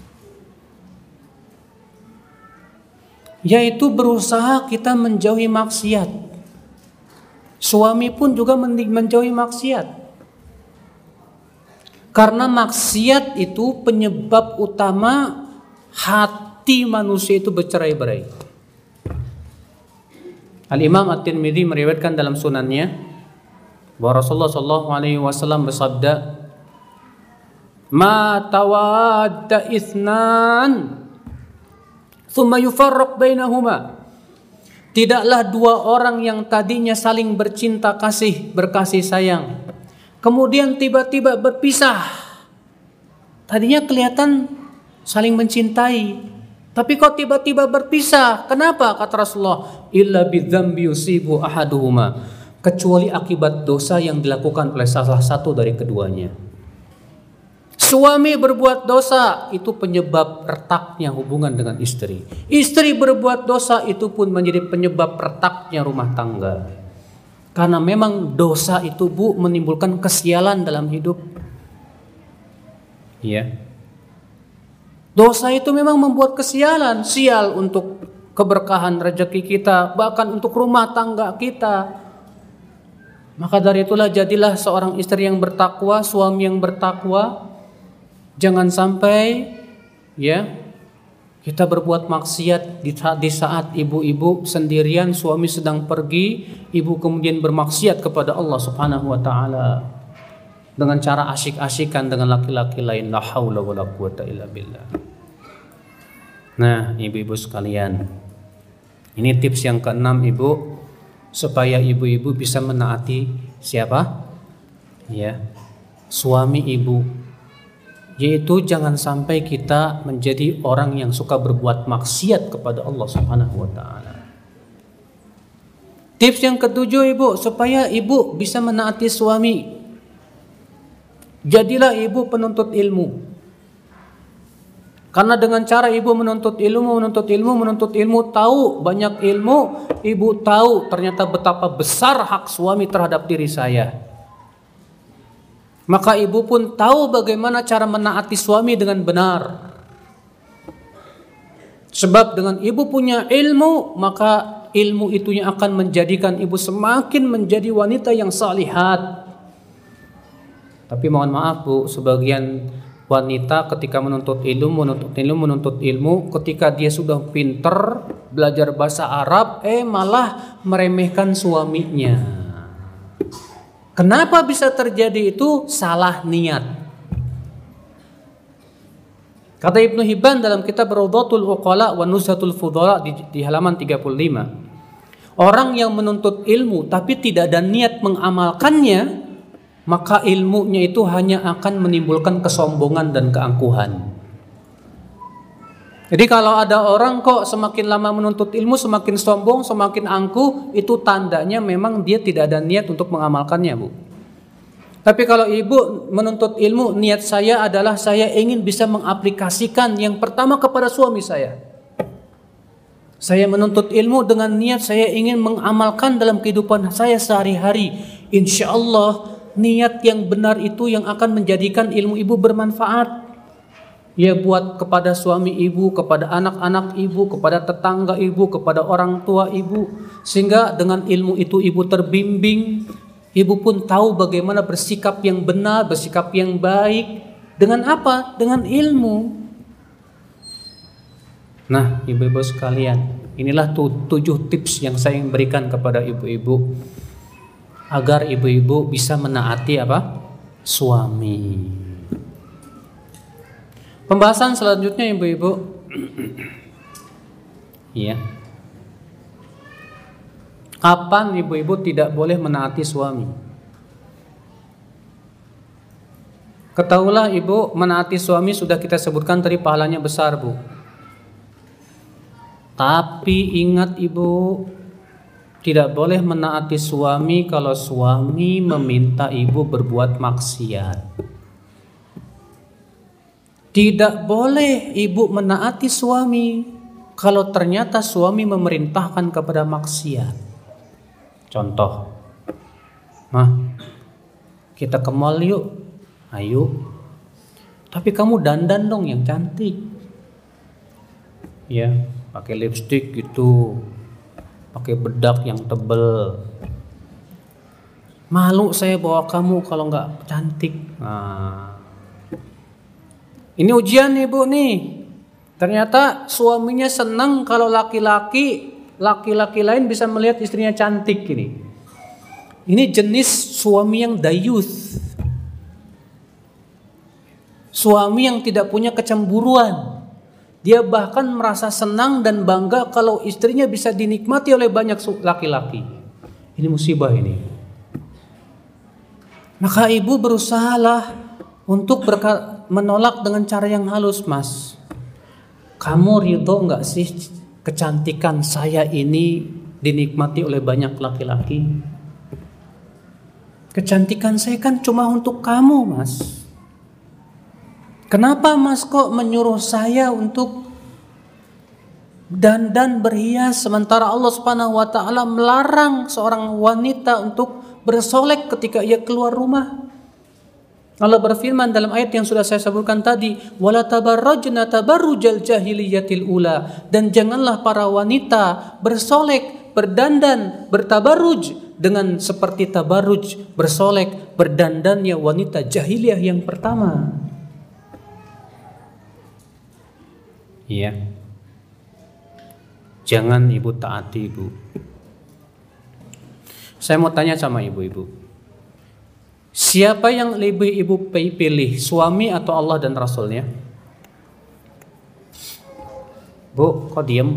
Yaitu berusaha kita menjauhi maksiat. Suami pun juga menjauhi maksiat. Karena maksiat itu penyebab utama hati manusia itu bercerai-berai. Al-Imam At-Tirmidzi meriwayatkan dalam sunannya bahwa Rasulullah SAW bersabda, "Ma tawadda itsnan, thumma yufarraq bainahuma." Tidaklah dua orang yang tadinya saling bercinta kasih, berkasih sayang, kemudian tiba-tiba berpisah. Tadinya kelihatan saling mencintai, tapi kok tiba-tiba berpisah? Kenapa? Kata Rasulullah, illa bidzambi yusibu ahaduhuma, kecuali akibat dosa yang dilakukan oleh salah satu dari keduanya. Suami berbuat dosa, itu penyebab retaknya hubungan dengan istri. Istri berbuat dosa, itu pun menjadi penyebab retaknya rumah tangga. Karena memang dosa itu, Bu, menimbulkan kesialan dalam hidup. Ya. Dosa itu memang membuat kesialan, sial untuk keberkahan rezeki kita, bahkan untuk rumah tangga kita. Maka dari itulah jadilah seorang istri yang bertakwa, suami yang bertakwa. Jangan sampai ya kita berbuat maksiat di saat ibu-ibu sendirian, suami sedang pergi, ibu kemudian bermaksiat kepada Allah Subhanahu wa taala dengan cara asyik-asyikan dengan laki-laki lain. La haula wala quwata illa billah. Nah, ibu-ibu sekalian, ini tips yang keenam, ibu, supaya ibu-ibu bisa menaati siapa? Ya, suami ibu. Yaitu jangan sampai kita menjadi orang yang suka berbuat maksiat kepada Allah Subhanahu wa taala. Tips yang ketujuh, ibu, supaya ibu bisa menaati suami. Jadilah ibu penuntut ilmu. Karena dengan cara ibu menuntut ilmu, tahu banyak ilmu, ibu tahu ternyata betapa besar hak suami terhadap diri saya. Maka ibu pun tahu bagaimana cara menaati suami dengan benar. Sebab dengan ibu punya ilmu, maka ilmu itu yang akan menjadikan ibu semakin menjadi wanita yang salihat. Tapi mohon maaf, Bu, sebagian wanita ketika menuntut ilmu, ketika dia sudah pinter belajar bahasa Arab, malah meremehkan suaminya. Kenapa bisa terjadi itu? Salah niat. Kata Ibnu Hibban dalam kitab Rawdatul Uqala wa Nuzhatul Fudala di halaman 35, orang yang menuntut ilmu tapi tidak ada niat mengamalkannya, maka ilmunya itu hanya akan menimbulkan kesombongan dan keangkuhan. Jadi kalau ada orang kok semakin lama menuntut ilmu semakin sombong, semakin angkuh, itu tandanya memang dia tidak ada niat untuk mengamalkannya, Bu. Tapi kalau ibu menuntut ilmu, niat saya adalah saya ingin bisa mengaplikasikan yang pertama kepada suami saya. Saya menuntut ilmu dengan niat saya ingin mengamalkan dalam kehidupan saya sehari-hari. Insya Allah niat yang benar itu yang akan menjadikan ilmu ibu bermanfaat. Ya, buat kepada suami ibu, kepada anak-anak ibu, kepada tetangga ibu, kepada orang tua ibu. Sehingga dengan ilmu itu ibu terbimbing, Ibu pun tahu bagaimana bersikap yang benar, bersikap yang baik. Dengan apa? Dengan ilmu. Nah, ibu-ibu sekalian, inilah 7 tips yang saya berikan kepada ibu-ibu agar ibu-ibu bisa menaati apa? Suami. Pembahasan selanjutnya ibu-ibu. Iya. Kapan ibu-ibu tidak boleh menaati suami? Ketahuilah ibu, menaati suami sudah kita sebutkan tadi pahalanya besar, Bu. Tapi ingat ibu, tidak boleh menaati suami kalau suami meminta ibu berbuat maksiat. Tidak boleh ibu menaati suami kalau ternyata suami memerintahkan kepada maksiat. Contoh, Mah, kita ke mall yuk. Ayo. Tapi kamu dandan dong yang cantik. Ya, pakai lipstik gitu. Pakai bedak yang tebel. Malu saya bawa kamu kalau nggak cantik. Nah, ini ujian nih Bu nih. Ternyata suaminya senang kalau laki-laki lain bisa melihat istrinya cantik ini. Ini jenis suami yang dayuth. Suami yang tidak punya kecemburuan. Dia bahkan merasa senang dan bangga kalau istrinya bisa dinikmati oleh banyak laki-laki. Ini musibah ini. Maka ibu berusahalah untuk menolak dengan cara yang halus, Mas. Kamu ridho nggak sih kecantikan saya ini dinikmati oleh banyak laki-laki? Kecantikan saya kan cuma untuk kamu, Mas. Kenapa Mas kok menyuruh saya untuk dandan berhias sementara Allah Subhanahu wa taala melarang seorang wanita untuk bersolek ketika ia keluar rumah? Allah berfirman dalam ayat yang sudah saya sebutkan tadi, wala tabarrajna tabarrujal jahiliyatil ula, dan janganlah para wanita bersolek, berdandan, bertabarruj dengan seperti tabarruj, bersolek, berdandannya wanita jahiliyah yang pertama. Iya. Jangan ibu taati, Bu. Saya mau tanya sama ibu-ibu. Siapa yang lebih ibu pilih, suami atau Allah dan Rasulnya? Bu, kok diem?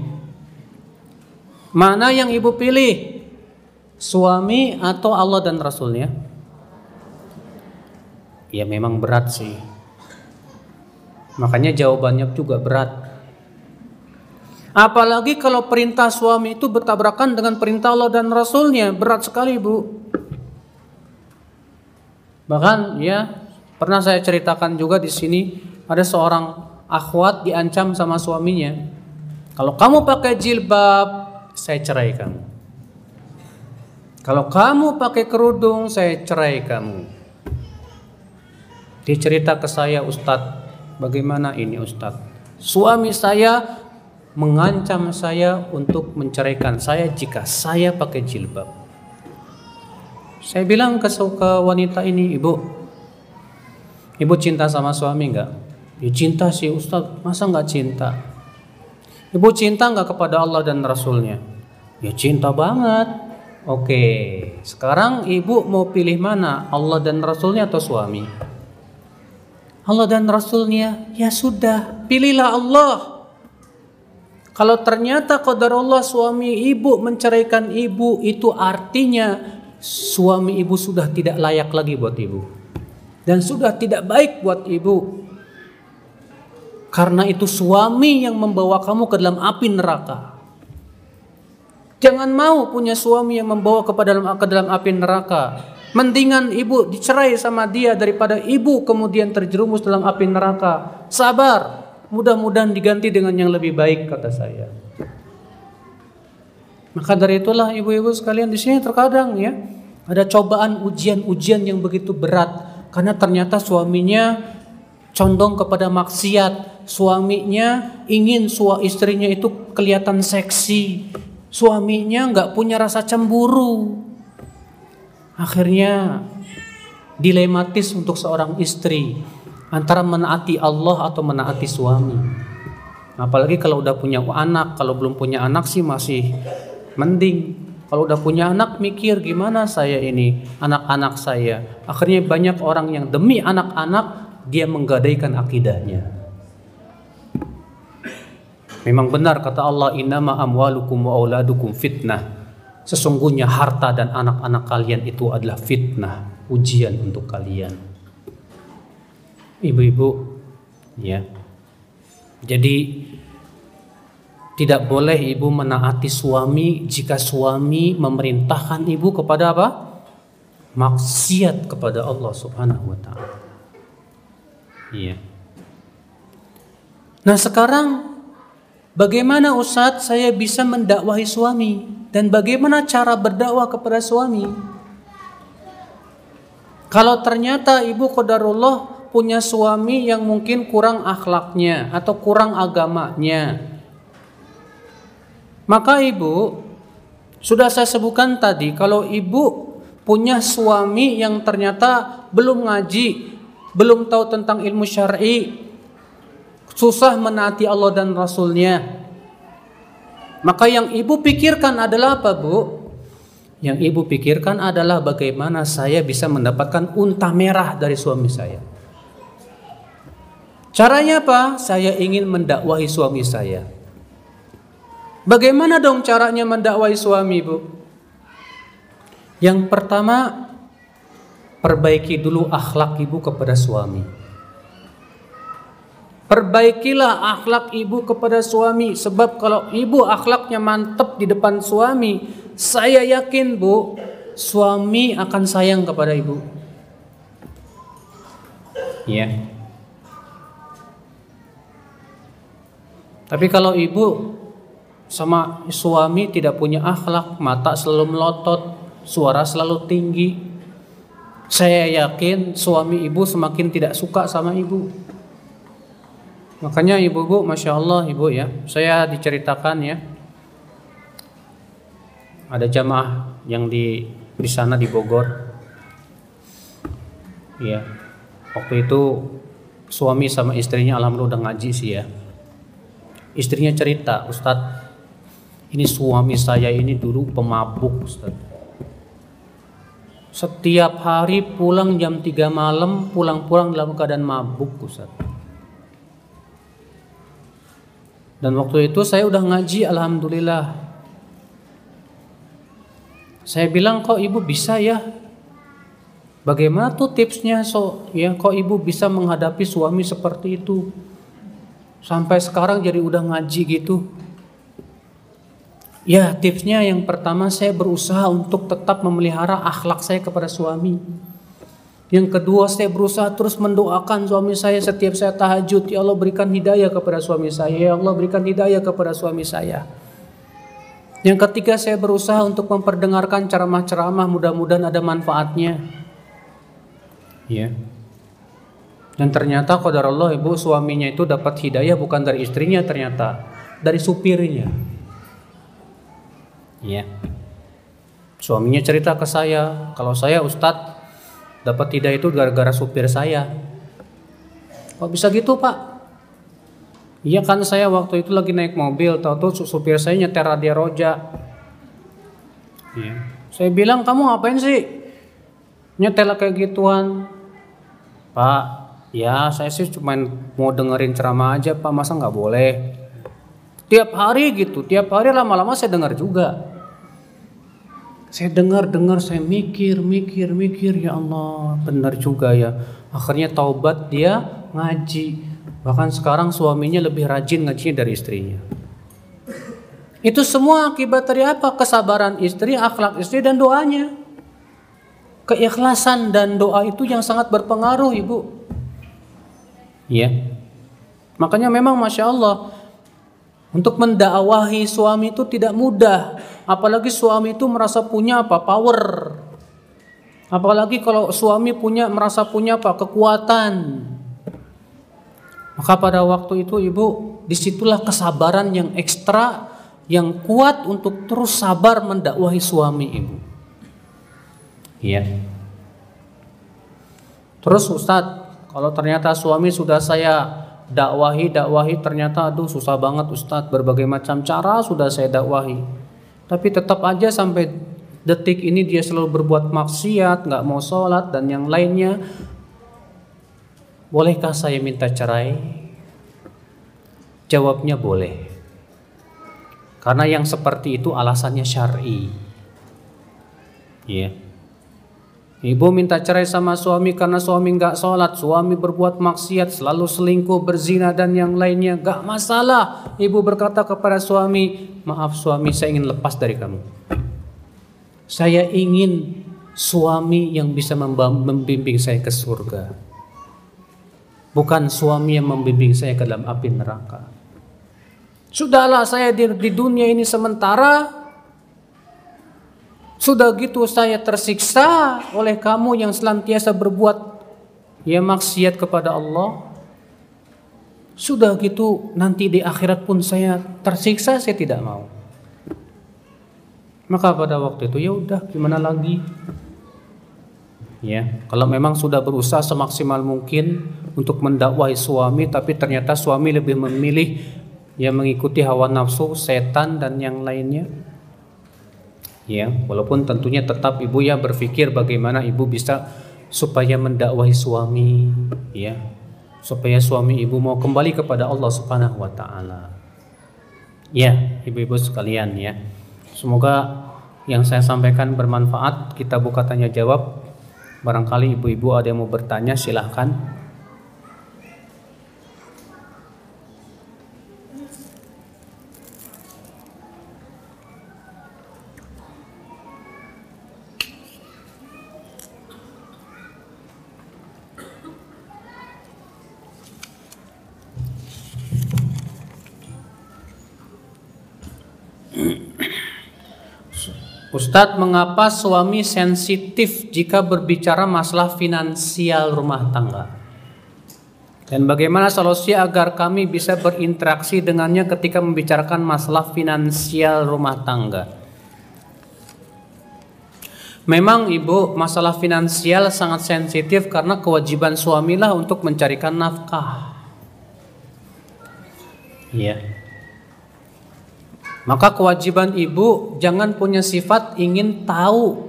Mana yang ibu pilih? Suami atau Allah dan Rasulnya? Ya memang berat sih. Makanya jawabannya juga berat. Apalagi kalau perintah suami itu bertabrakan dengan perintah Allah dan Rasulnya, berat sekali, Bu. Bahkan ya pernah saya ceritakan juga di sini, ada seorang akhwat diancam sama suaminya, kalau kamu pakai jilbab saya cerai kamu, kalau kamu pakai kerudung saya cerai kamu. Dia cerita ke saya, Ustadz, bagaimana ini Ustadz? Suami saya mengancam saya untuk menceraikan saya jika saya pakai jilbab. Saya bilang ke wanita ini, ibu cinta sama suami enggak? Ya cinta sih Ustaz, masa enggak cinta? Ibu cinta enggak kepada Allah dan Rasulnya? Ya cinta banget. Oke, sekarang ibu mau pilih mana? Allah dan Rasulnya atau suami? Allah dan Rasulnya. Ya sudah, pilihlah Allah. Kalau ternyata qadarullah suami ibu menceraikan ibu, itu artinya suami ibu sudah tidak layak lagi buat ibu, dan sudah tidak baik buat ibu. Karena itu suami yang membawa kamu ke dalam api neraka. Jangan mau punya suami yang membawa ke dalam api neraka. Mendingan ibu dicerai sama dia daripada ibu kemudian terjerumus dalam api neraka. Sabar. Mudah-mudahan diganti dengan yang lebih baik, kata saya. Maka dari itulah ibu-ibu sekalian, di sini terkadang ya ada cobaan ujian-ujian yang begitu berat karena ternyata suaminya condong kepada maksiat, suaminya ingin istrinya itu kelihatan seksi, suaminya nggak punya rasa cemburu. Akhirnya dilematis untuk seorang istri antara menaati Allah atau menaati suami. Apalagi kalau udah punya anak. Kalau belum punya anak sih masih mending. Kalau udah punya anak mikir gimana saya ini, anak-anak saya. Akhirnya banyak orang yang demi anak-anak dia menggadaikan akidahnya. Memang benar kata Allah, innama amwalukum wa auladukum fitnah. Sesungguhnya harta dan anak-anak kalian itu adalah fitnah, ujian untuk kalian. Ibu-ibu, ya. Jadi tidak boleh ibu menaati suami jika suami memerintahkan ibu kepada apa? Maksiat kepada Allah Subhanahu wa taala. Iya. Nah, sekarang bagaimana Ustadz saya bisa mendakwahi suami dan bagaimana cara berdakwah kepada suami? Kalau ternyata ibu qadarullah punya suami yang mungkin kurang akhlaknya atau kurang agamanya, maka ibu, sudah saya sebutkan tadi, kalau ibu punya suami yang ternyata belum ngaji, belum tahu tentang ilmu syar'i, susah menaati Allah dan Rasulnya, maka yang ibu pikirkan adalah apa, Bu? Yang ibu pikirkan adalah bagaimana saya bisa mendapatkan unta merah dari suami saya. Caranya apa? Saya ingin mendakwahi suami saya. Bagaimana dong caranya mendakwahi suami, Bu? Yang pertama, perbaiki dulu akhlak ibu kepada suami. Perbaikilah akhlak ibu kepada suami. Sebab kalau ibu akhlaknya mantap di depan suami, saya yakin, Bu, suami akan sayang kepada ibu. Ya. Tapi kalau ibu sama suami tidak punya akhlak, mata selalu melotot, suara selalu tinggi, saya yakin suami ibu semakin tidak suka sama ibu. Makanya ibu-ibu, Masya Allah ibu ya, saya diceritakan ya, ada jamaah yang di sana di Bogor, ya, waktu itu suami sama istrinya alhamdulillah udah ngaji sih ya. Istrinya cerita, Ustadz, ini suami saya ini dulu pemabuk, Ustaz. Setiap hari pulang jam 3 malam, pulang-pulang dalam keadaan mabuk, Ustaz. Dan waktu itu saya udah ngaji, alhamdulillah. Saya bilang, kok ibu bisa ya? Bagaimana tuh tipsnya, ya, kok ibu bisa menghadapi suami seperti itu? Sampai sekarang jadi udah ngaji gitu. Ya, tipsnya yang pertama saya berusaha untuk tetap memelihara akhlak saya kepada suami. Yang kedua, saya berusaha terus mendoakan suami saya setiap saya tahajud. Ya Allah, berikan hidayah kepada suami saya. Ya Allah, berikan hidayah kepada suami saya. Yang ketiga, saya berusaha untuk memperdengarkan ceramah-ceramah, mudah-mudahan ada manfaatnya. Ya. Dan ternyata qadarullah ibu, suaminya itu dapat hidayah bukan dari istrinya, ternyata dari supirnya. Ya. Suaminya cerita ke saya, kalau saya Ustadz dapat hidayah itu gara-gara supir saya. Kok bisa gitu, Pak? Iya kan, saya waktu itu lagi naik mobil, tahu-tahu supir saya nyeter radio roja. Ya. Saya bilang, kamu ngapain sih nyetel kayak gituan? Pak, ya saya sih cuma mau dengerin ceramah aja, Pak, masa nggak boleh? Tiap hari gitu, tiap hari lama-lama saya dengar juga. Saya dengar, saya mikir, ya Allah, benar juga ya. Akhirnya taubat, dia ngaji. Bahkan sekarang suaminya lebih rajin ngajinya dari istrinya. Itu semua akibat dari apa? Kesabaran istri, akhlak istri, dan doanya. Keikhlasan dan doa itu yang sangat berpengaruh, ibu. Ya. Makanya memang Masya Allah, untuk mendakwahi suami itu tidak mudah. Apalagi suami itu merasa punya apa? Power. Apalagi kalau suami merasa punya apa? Kekuatan. Maka pada waktu itu ibu, disitulah kesabaran yang ekstra, yang kuat untuk terus sabar mendakwahi suami ibu. Ya. Terus Ustadz, kalau ternyata suami sudah saya dakwahi ternyata aduh susah banget Ustadz, berbagai macam cara sudah saya dakwahi, tapi tetap aja sampai detik ini dia selalu berbuat maksiat, nggak mau sholat dan yang lainnya. Bolehkah saya minta cerai? Jawabnya boleh. Karena yang seperti itu alasannya syar'i. Ya. Ibu minta cerai sama suami karena suami nggak sholat, suami berbuat maksiat, selalu selingkuh, berzina dan yang lainnya, nggak masalah. Ibu berkata kepada suami, maaf suami, saya ingin lepas dari kamu. Saya ingin suami yang bisa membimbing saya ke surga, bukan suami yang membimbing saya ke dalam api neraka. Sudahlah, saya di dunia ini sementara, sudah gitu saya tersiksa oleh kamu yang senantiasa berbuat ya maksiat kepada Allah. Sudah gitu nanti di akhirat pun saya tersiksa, saya tidak mau. Maka pada waktu itu ya udah, gimana lagi? Ya, kalau memang sudah berusaha semaksimal mungkin untuk mendakwahi suami, tapi ternyata suami lebih memilih yang mengikuti hawa nafsu, setan dan yang lainnya. Ya, walaupun tentunya tetap ibu ya berpikir bagaimana ibu bisa supaya mendakwahi suami, ya, supaya suami ibu mau kembali kepada Allah Subhanahu wa taala. Ya, ibu-ibu sekalian ya. Semoga yang saya sampaikan bermanfaat. Kita buka tanya jawab. Barangkali ibu-ibu ada yang mau bertanya, silahkan. Ustadz, mengapa suami sensitif jika berbicara masalah finansial rumah tangga? Dan bagaimana solusi agar kami bisa berinteraksi dengannya ketika membicarakan masalah finansial rumah tangga? Memang ibu, masalah finansial sangat sensitif karena kewajiban suamilah untuk mencarikan nafkah. Iya. Maka kewajiban ibu jangan punya sifat ingin tahu.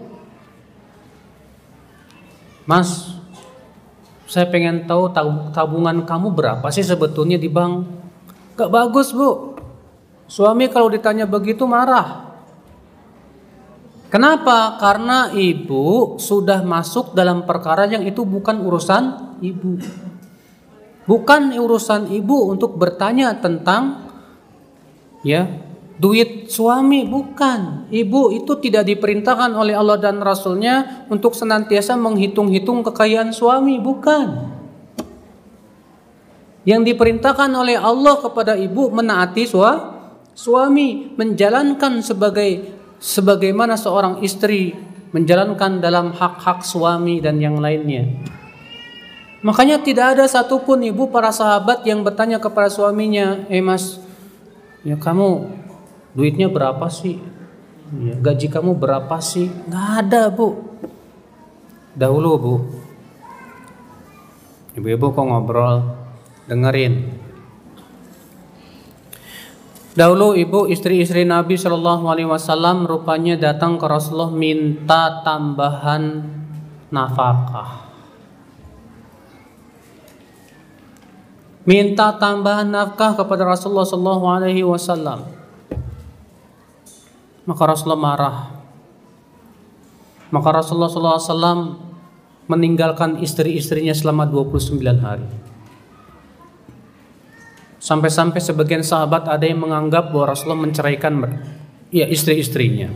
Mas, saya pengen tahu tabungan kamu berapa sih sebetulnya di bank. Gak bagus bu. Suami kalau ditanya begitu marah. Kenapa? Karena ibu sudah masuk dalam perkara yang itu bukan urusan ibu. Bukan urusan ibu untuk bertanya tentang ya duit suami, bukan. Ibu itu tidak diperintahkan oleh Allah dan Rasulnya untuk senantiasa menghitung-hitung kekayaan suami, bukan. Yang diperintahkan oleh Allah kepada ibu menaati suami, menjalankan sebagaimana seorang istri menjalankan dalam hak-hak suami dan yang lainnya. Makanya tidak ada satupun ibu para sahabat yang bertanya kepada suaminya, mas, ya kamu duitnya berapa sih? Ya, gaji kamu berapa sih? Nggak ada bu. Dahulu bu, ibu-ibu kok ngobrol, dengerin. Dahulu ibu istri-istri Nabi Shallallahu Alaihi Wasallam rupanya datang ke Rasulullah minta tambahan nafkah. Minta tambahan nafkah kepada Rasulullah Shallallahu Alaihi Wasallam. Maka Rasulullah marah. Maka Rasulullah SAW meninggalkan istri-istrinya selama 29 hari. Sampai-sampai sebagian sahabat ada yang menganggap bahwa Rasulullah menceraikan istri-istrinya.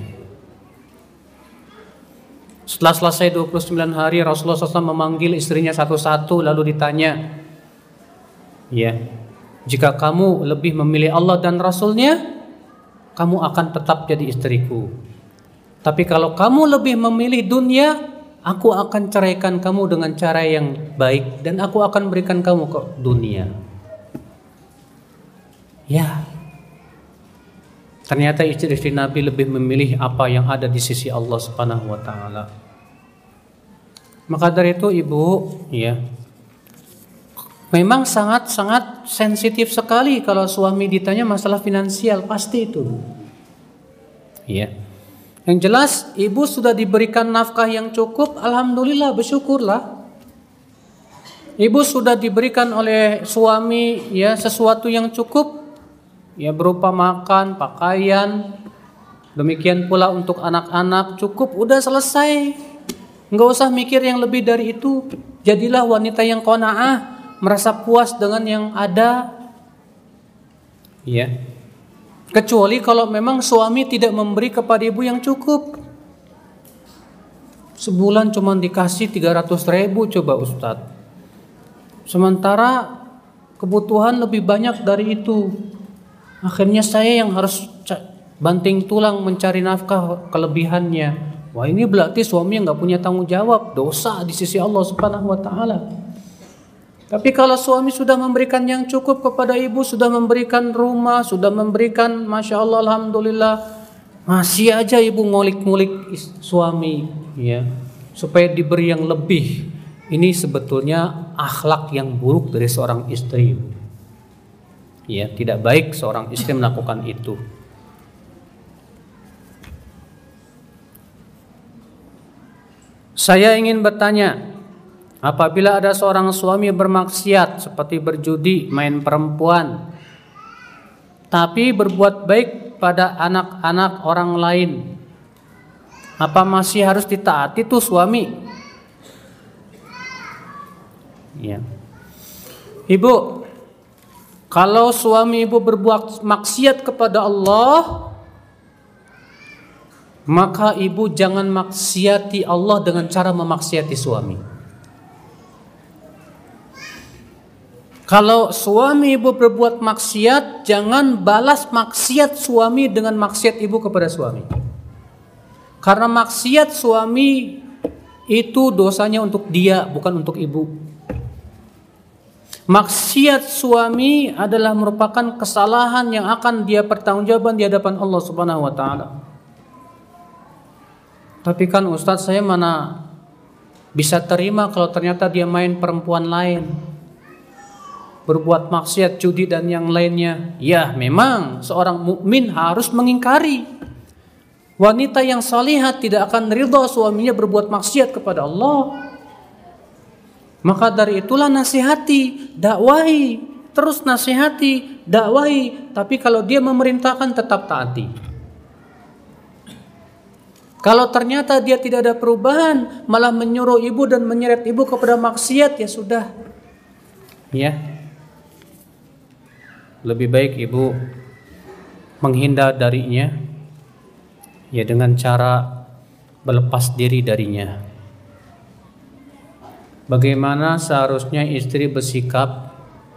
Setelah selesai 29 hari, Rasulullah SAW memanggil istrinya satu-satu lalu ditanya, ya, jika kamu lebih memilih Allah dan Rasulnya, kamu akan tetap jadi istriku. Tapi kalau kamu lebih memilih dunia, aku akan ceraikan kamu dengan cara yang baik dan aku akan berikan kamu ke dunia. Ya, ternyata istri-istri Nabi lebih memilih apa yang ada di sisi Allah Subhanahu wa taala. Maka dari itu ibu, ya, memang sangat-sangat sensitif sekali kalau suami ditanya masalah finansial, pasti itu. Ya. Yang jelas ibu sudah diberikan nafkah yang cukup, alhamdulillah, bersyukurlah. Ibu sudah diberikan oleh suami ya sesuatu yang cukup, ya berupa makan, pakaian, demikian pula untuk anak-anak cukup, udah selesai. Nggak usah mikir yang lebih dari itu. Jadilah wanita yang qanaah, merasa puas dengan yang ada. Ya. Kecuali kalau memang suami tidak memberi kepada ibu yang cukup. Sebulan cuma dikasih 300.000 coba Ustadz. Sementara kebutuhan lebih banyak dari itu. Akhirnya saya yang harus banting tulang mencari nafkah kelebihannya. Wah, ini berarti suami yang nggak punya tanggung jawab, dosa di sisi Allah Subhanahu wa taala. Tapi kalau suami sudah memberikan yang cukup kepada ibu, sudah memberikan rumah, sudah memberikan, masya Allah, alhamdulillah, masih aja ibu ngulik-ngulik suami, ya, supaya diberi yang lebih. Ini sebetulnya akhlak yang buruk dari seorang istri. Ya, tidak baik seorang istri melakukan itu. Saya ingin bertanya, apabila ada seorang suami bermaksiat seperti berjudi, main perempuan, tapi berbuat baik pada anak-anak orang lain, apa masih harus ditaati tuh suami? Ya. Ibu, kalau suami ibu berbuat maksiat kepada Allah, maka ibu jangan maksiati Allah dengan cara memaksiati suami. Kalau suami ibu berbuat maksiat, jangan balas maksiat suami dengan maksiat ibu kepada suami. Karena maksiat suami itu dosanya untuk dia, bukan untuk ibu. Maksiat suami adalah merupakan kesalahan yang akan dia pertanggungjawaban di hadapan Allah Subhanahu wa taala. Tapi kan Ustadz, saya mana bisa terima kalau ternyata dia main perempuan lain, berbuat maksiat, judi dan yang lainnya. Ya, memang seorang mukmin harus mengingkari. Wanita yang salihah tidak akan ridha suaminya berbuat maksiat kepada Allah. Maka dari itulah nasihati, dakwahi, terus nasihati, dakwahi. Tapi kalau dia memerintahkan, tetap taati. Kalau ternyata dia tidak ada perubahan, malah menyuruh ibu dan menyeret ibu kepada maksiat, ya sudah. Ya. Lebih baik ibu menghindar darinya, ya, dengan cara berlepas diri darinya. Bagaimana seharusnya istri bersikap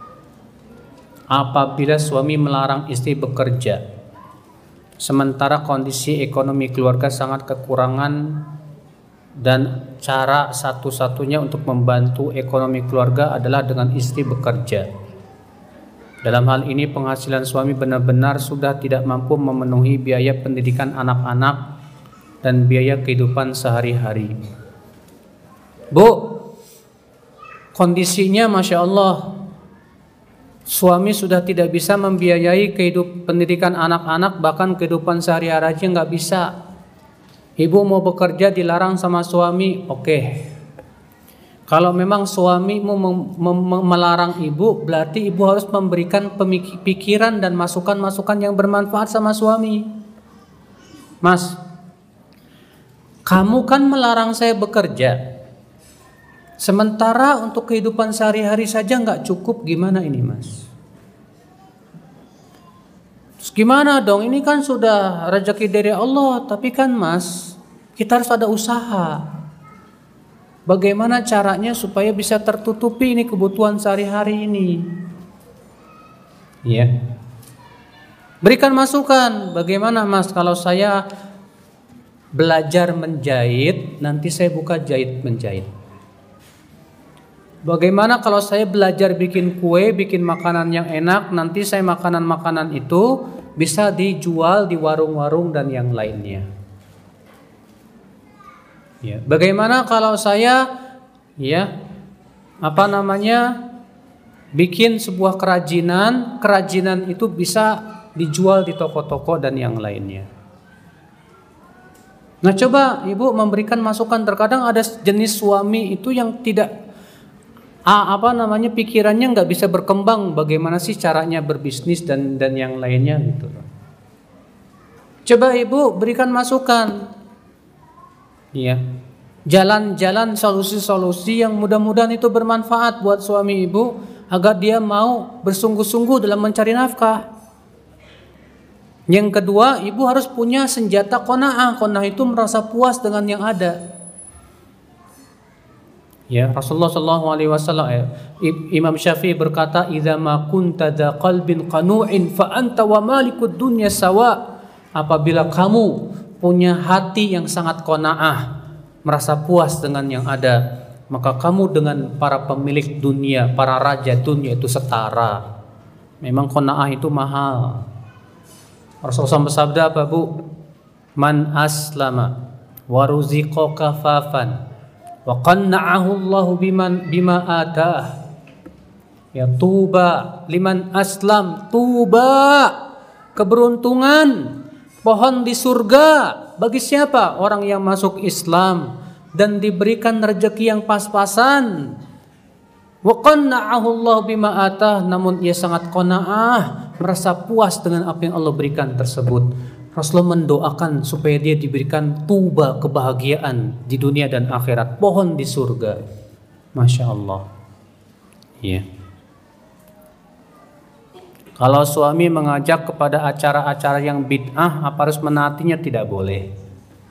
apabila suami melarang istri bekerja, sementara kondisi ekonomi keluarga sangat kekurangan dan cara satu-satunya untuk membantu ekonomi keluarga adalah dengan istri bekerja. Dalam hal ini penghasilan suami benar-benar sudah tidak mampu memenuhi biaya pendidikan anak-anak dan biaya kehidupan sehari-hari. Bu, kondisinya Masya Allah, suami sudah tidak bisa membiayai pendidikan anak-anak, bahkan kehidupan sehari-hari aja nggak bisa. Ibu mau bekerja dilarang sama suami, oke. Kalau memang suamimu melarang ibu, berarti ibu harus memberikan pikiran dan masukan-masukan yang bermanfaat sama suami. Mas, kamu kan melarang saya bekerja, sementara untuk kehidupan sehari-hari saja nggak cukup, gimana ini mas? Terus gimana dong? Ini kan sudah rezeki dari Allah, tapi kan mas, kita harus ada usaha. Bagaimana caranya supaya bisa tertutupi ini kebutuhan sehari-hari ini? Ya. Berikan masukan. Bagaimana mas kalau saya belajar menjahit, nanti saya buka jahit menjahit. Bagaimana kalau saya belajar bikin kue, bikin makanan yang enak, nanti saya makanan-makanan itu bisa dijual di warung-warung dan yang lainnya. Ya. Bagaimana kalau saya ya, bikin sebuah kerajinan itu bisa dijual di toko-toko dan yang lainnya. Nah, coba ibu memberikan masukan. Terkadang ada jenis suami itu yang tidak pikirannya nggak bisa berkembang. Bagaimana sih caranya berbisnis dan yang lainnya gitu. Coba ibu berikan masukan. Iya. Jalan-jalan solusi-solusi yang mudah-mudahan itu bermanfaat buat suami ibu agar dia mau bersungguh-sungguh dalam mencari nafkah. Yang kedua, ibu harus punya senjata qanaah. Qanaah itu merasa puas dengan yang ada. Ya, Rasulullah SAW, Imam Syafi'i berkata, "Idza ma kunta dza qalbin qanu'in fa anta wa malikud dunya sawa." Apabila kamu punya hati yang sangat qanaah, merasa puas dengan yang ada, maka kamu dengan para pemilik dunia, para raja dunia itu setara. Memang qanaah itu mahal. Rasulullah bersabda apa, Bu? Man aslama wa ruziqa kafafan wa qanna'ahu Allahu bima atah. Ya, tuba liman aslam, tuba, keberuntungan, pohon di surga bagi siapa? Orang yang masuk Islam dan diberikan rezeki yang pas-pasan. Wa qanna'ahu Allah bima atah, namun ia sangat qanaah, merasa puas dengan apa yang Allah berikan tersebut. Rasulullah mendoakan supaya dia diberikan tuba, kebahagiaan di dunia dan akhirat, pohon di surga. Masya Allah. Iya. Kalau suami mengajak kepada acara-acara yang bid'ah, apa harus menaatinya? Tidak boleh.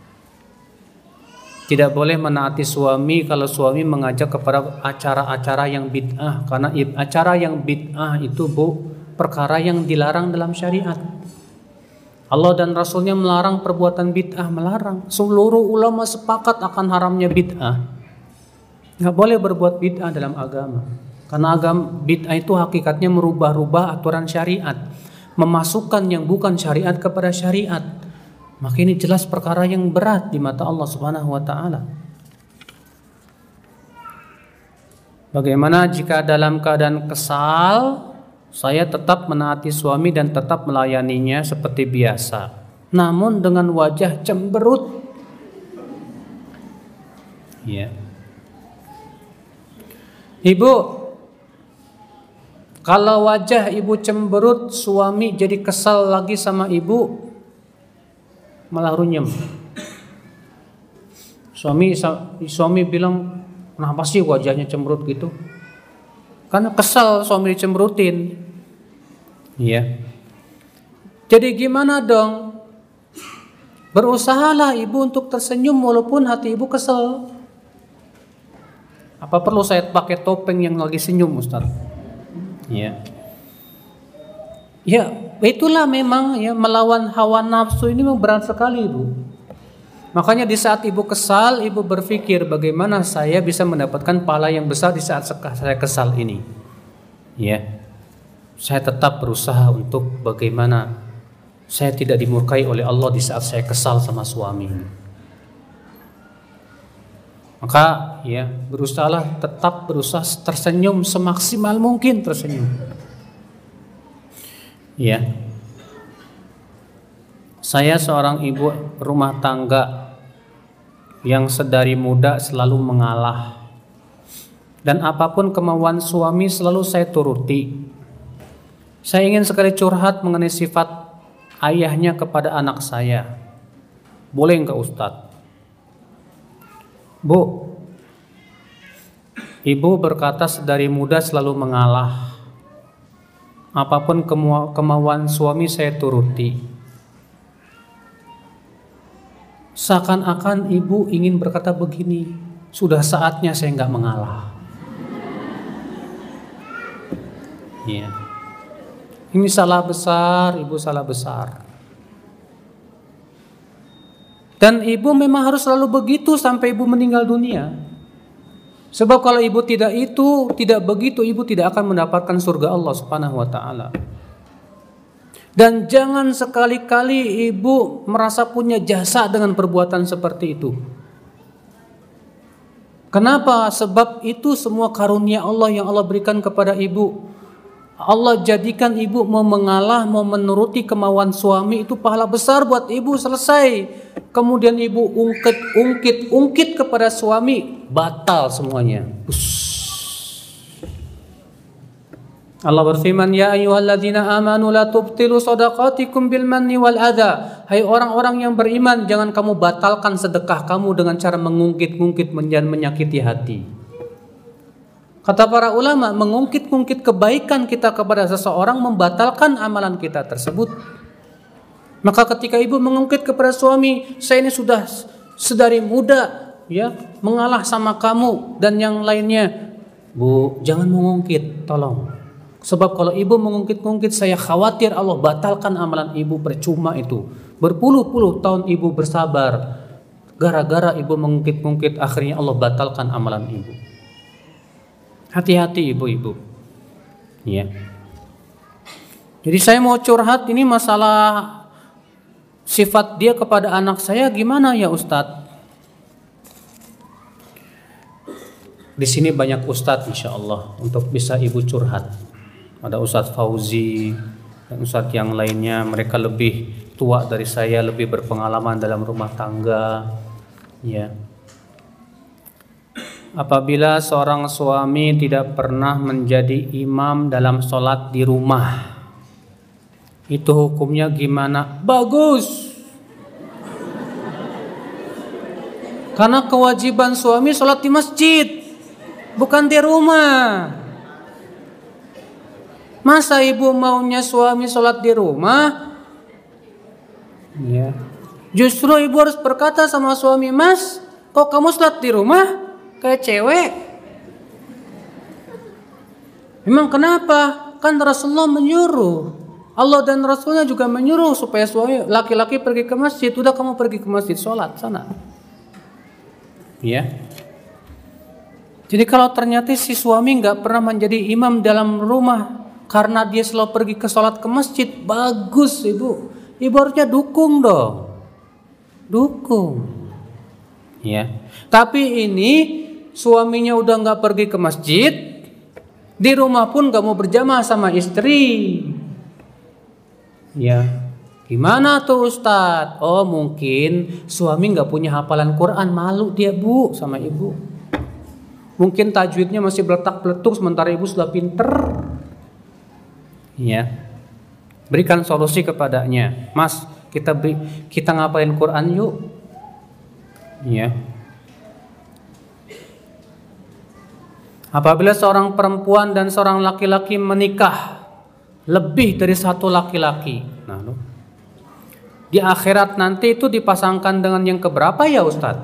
Tidak boleh menaati suami kalau suami mengajak kepada acara-acara yang bid'ah, karena acara yang bid'ah itu, Bu, perkara yang dilarang dalam syariat. Allah dan Rasulnya melarang perbuatan bid'ah, melarang. Seluruh ulama sepakat akan haramnya bid'ah. Nggak boleh berbuat bid'ah dalam agama, karena agama bid'ah itu hakikatnya merubah-rubah aturan syariat, memasukkan yang bukan syariat kepada syariat. Maka ini jelas perkara yang berat di mata Allah Subhanahu wa taala. Bagaimana jika dalam keadaan kesal, saya tetap menaati suami dan tetap melayaninya seperti biasa, namun dengan wajah cemberut? Ya. Ibu, kalau wajah ibu cemberut, suami jadi kesal lagi sama ibu, malah runyem. Suami bilang, kenapa sih wajahnya cemberut gitu? Karena kesal suami dicemberutin. Iya. Jadi gimana dong? Berusahalah ibu untuk tersenyum walaupun hati ibu kesel. Apa perlu saya pakai topeng yang lagi senyum, Ustaz? Iya. Ya, itulah memang ya, melawan hawa nafsu ini memang berat sekali, Ibu. Makanya di saat ibu kesal, ibu berpikir bagaimana saya bisa mendapatkan pahala yang besar di saat saya kesal ini. Ya, saya tetap berusaha untuk bagaimana saya tidak dimurkai oleh Allah di saat saya kesal sama suami. Maka ya, berusahalah tetap berusaha tersenyum semaksimal mungkin tersenyum. Ya, saya seorang ibu rumah tangga yang sedari muda selalu mengalah, dan apapun kemauan suami selalu saya turuti. Saya ingin sekali curhat mengenai sifat ayahnya kepada anak saya. Boleh enggak, Ustadz? Bu, ibu berkata sedari muda selalu mengalah. Apapun kemauan suami saya turuti. Seakan-akan ibu ingin berkata begini, sudah saatnya saya nggak mengalah. Ya. Ini salah besar, ibu salah besar. Dan ibu memang harus selalu begitu sampai ibu meninggal dunia. Sebab kalau ibu tidak begitu, ibu tidak akan mendapatkan surga Allah Subhanahu wa taala. Dan jangan sekali-kali ibu merasa punya jasa dengan perbuatan seperti itu. Kenapa? Sebab itu semua karunia Allah yang Allah berikan kepada ibu. Allah jadikan ibu mau mengalah, mau menuruti kemauan suami, itu pahala besar buat ibu, selesai. Kemudian ibu ungkit kepada suami, batal semuanya. Allah berfirman, ya ayyuhalladzina amanu la tubtilu shadaqatikum bil manni wal adha. Hai orang-orang yang beriman, jangan kamu batalkan sedekah kamu dengan cara mengungkit-ungkit dan menyakiti hati. Kata para ulama, mengungkit-ungkit kebaikan kita kepada seseorang membatalkan amalan kita tersebut. Maka ketika ibu mengungkit kepada suami, saya ini sudah sedari muda ya mengalah sama kamu dan yang lainnya. Bu, jangan mengungkit, tolong. Sebab kalau ibu mengungkit-ungkit, saya khawatir Allah batalkan amalan ibu, percuma itu. Berpuluh-puluh tahun ibu bersabar, gara-gara ibu mengungkit-ungkit, akhirnya Allah batalkan amalan ibu. Hati-hati ibu-ibu. Ya. Jadi saya mau curhat, ini masalah sifat dia kepada anak saya gimana ya Ustadz? Di sini banyak Ustadz insya Allah untuk bisa ibu curhat. Ada Ustadz Fauzi dan Ustadz yang lainnya, mereka lebih tua dari saya, lebih berpengalaman dalam rumah tangga. Ya. Apabila seorang suami tidak pernah menjadi imam dalam sholat di rumah, itu hukumnya gimana? Bagus. Karena kewajiban suami sholat di masjid, bukan di rumah. Masa ibu maunya suami sholat di rumah? Ya. Justru ibu harus berkata sama suami, Mas, kok kamu sholat di rumah? Kayak cewek. Memang kenapa? Kan Rasulullah menyuruh. Allah dan Rasulnya juga menyuruh supaya suami laki-laki pergi ke masjid. Udah kamu pergi ke masjid sholat sana. Ya. Jadi kalau ternyata si suami nggak pernah menjadi imam dalam rumah karena dia selalu pergi ke sholat ke masjid, bagus ibu. Ibu harusnya dukung dong. Dukung. Ya. Tapi ini suaminya udah nggak pergi ke masjid, di rumah pun nggak mau berjamaah sama istri. Ya. Gimana tuh Ustadz? Oh mungkin suami nggak punya hafalan Quran, malu dia bu sama ibu. Mungkin tajwidnya masih beletak-beletuk sementara ibu sudah pinter. Ya, berikan solusi kepadanya, Mas, kita ngapalin Quran yuk. Ya. Apabila seorang perempuan dan seorang laki-laki menikah lebih dari satu laki-laki, nah, di akhirat nanti itu dipasangkan dengan yang keberapa ya Ustadz?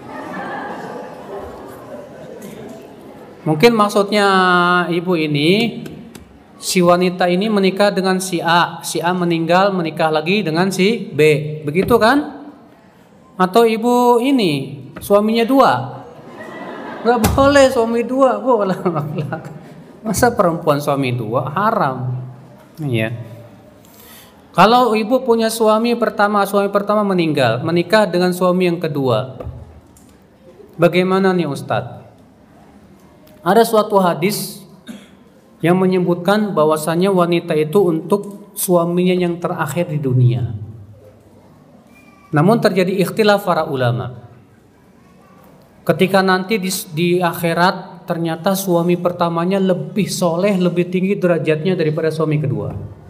Mungkin maksudnya ibu ini, si wanita ini menikah dengan si A meninggal menikah lagi dengan si B, begitu kan? Atau ibu ini suaminya dua? Gak boleh suami dua, boleh. Masa perempuan suami dua? Haram. Ya. Kalau ibu punya suami pertama meninggal, menikah dengan suami yang kedua, bagaimana nih Ustadz? Ada suatu hadis yang menyebutkan bahwasannya wanita itu untuk suaminya yang terakhir di dunia. Namun terjadi ikhtilaf para ulama. Ketika nanti di akhirat ternyata suami pertamanya lebih soleh, lebih tinggi derajatnya daripada suami kedua.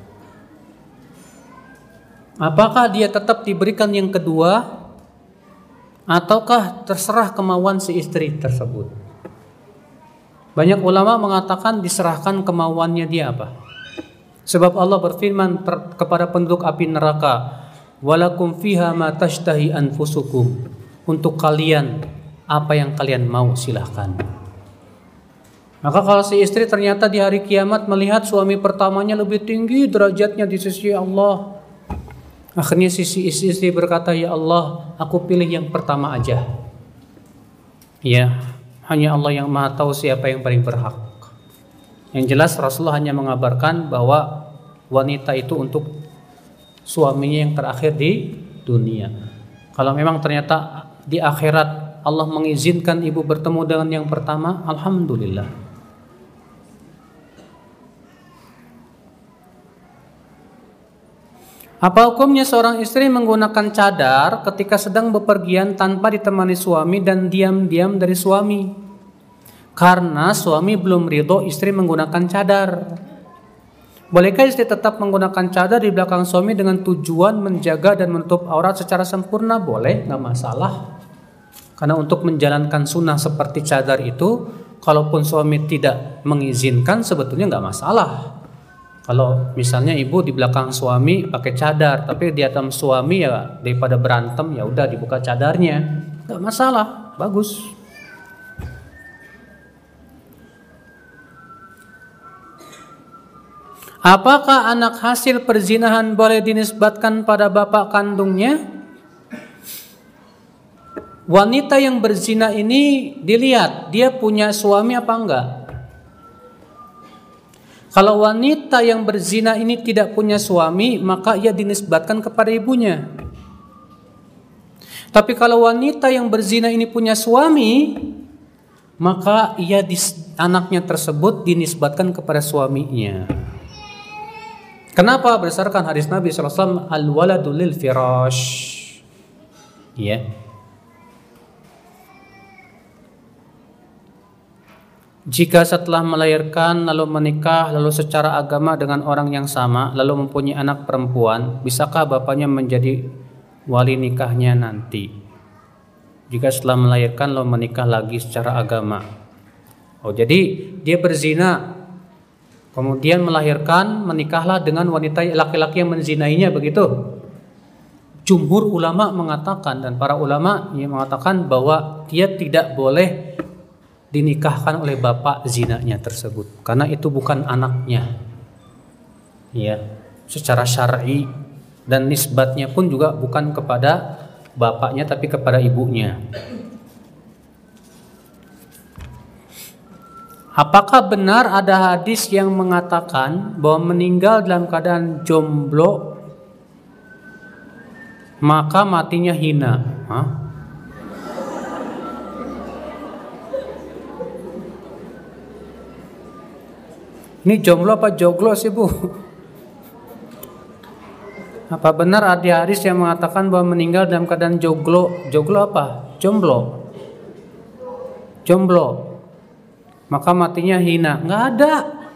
Apakah dia tetap diberikan yang kedua ataukah terserah kemauan si istri tersebut? Banyak ulama mengatakan diserahkan kemauannya dia apa? Sebab Allah berfirman kepada penduduk api neraka, walakum fiha ma tashtahi anfusukum. Untuk kalian apa yang kalian mau silahkan. Maka kalau si istri ternyata di hari kiamat melihat suami pertamanya lebih tinggi derajatnya di sisi Allah, akhirnya si istri berkata, ya Allah, aku pilih yang pertama aja. Ya, hanya Allah yang maha tahu siapa yang paling berhak. Yang jelas Rasulullah hanya mengabarkan bahwa wanita itu untuk suaminya yang terakhir di dunia. Kalau memang ternyata di akhirat Allah mengizinkan ibu bertemu dengan yang pertama, alhamdulillah. Apa hukumnya seorang istri menggunakan cadar ketika sedang bepergian tanpa ditemani suami dan diam-diam dari suami? Karena suami belum ridho istri menggunakan cadar. Bolehkah istri tetap menggunakan cadar di belakang suami dengan tujuan menjaga dan menutup aurat secara sempurna? Boleh, nggak masalah. Karena untuk menjalankan sunnah seperti cadar itu, kalaupun suami tidak mengizinkan sebetulnya nggak masalah. Kalau misalnya ibu di belakang suami pakai cadar, tapi di atas suami ya daripada berantem ya udah dibuka cadarnya, nggak masalah, bagus. Apakah anak hasil perzinahan boleh dinisbatkan pada bapak kandungnya? Wanita yang berzina ini dilihat dia punya suami apa enggak. Kalau wanita yang berzina ini tidak punya suami, maka ia dinisbatkan kepada ibunya. Tapi kalau wanita yang berzina ini punya suami, maka anaknya tersebut dinisbatkan kepada suaminya. Kenapa? Berdasarkan hadis Nabi SAW, al-waladu lil firash. Ya. Jika setelah melahirkan lalu menikah lalu secara agama dengan orang yang sama lalu mempunyai anak perempuan, bisakah bapaknya menjadi wali nikahnya nanti? Jika setelah melahirkan lalu menikah lagi secara agama. Oh, jadi dia berzina, kemudian melahirkan, menikahlah dengan wanita laki-laki yang menzinainya, begitu? Jumhur ulama mengatakan dan para ulama yang mengatakan bahwa dia tidak boleh dinikahkan oleh bapak zinanya tersebut karena itu bukan anaknya. Ya, secara syar'i dan nisbatnya pun juga bukan kepada bapaknya tapi kepada ibunya. Apakah benar ada hadis yang mengatakan bahwa meninggal dalam keadaan jomblo maka matinya hina? Hah? Ini jomblo apa joglo sih, Bu? Apa benar ada hadis yang mengatakan bahwa meninggal dalam keadaan joglo? Joglo apa? Jomblo. Jomblo. Maka matinya hina. Nggak ada.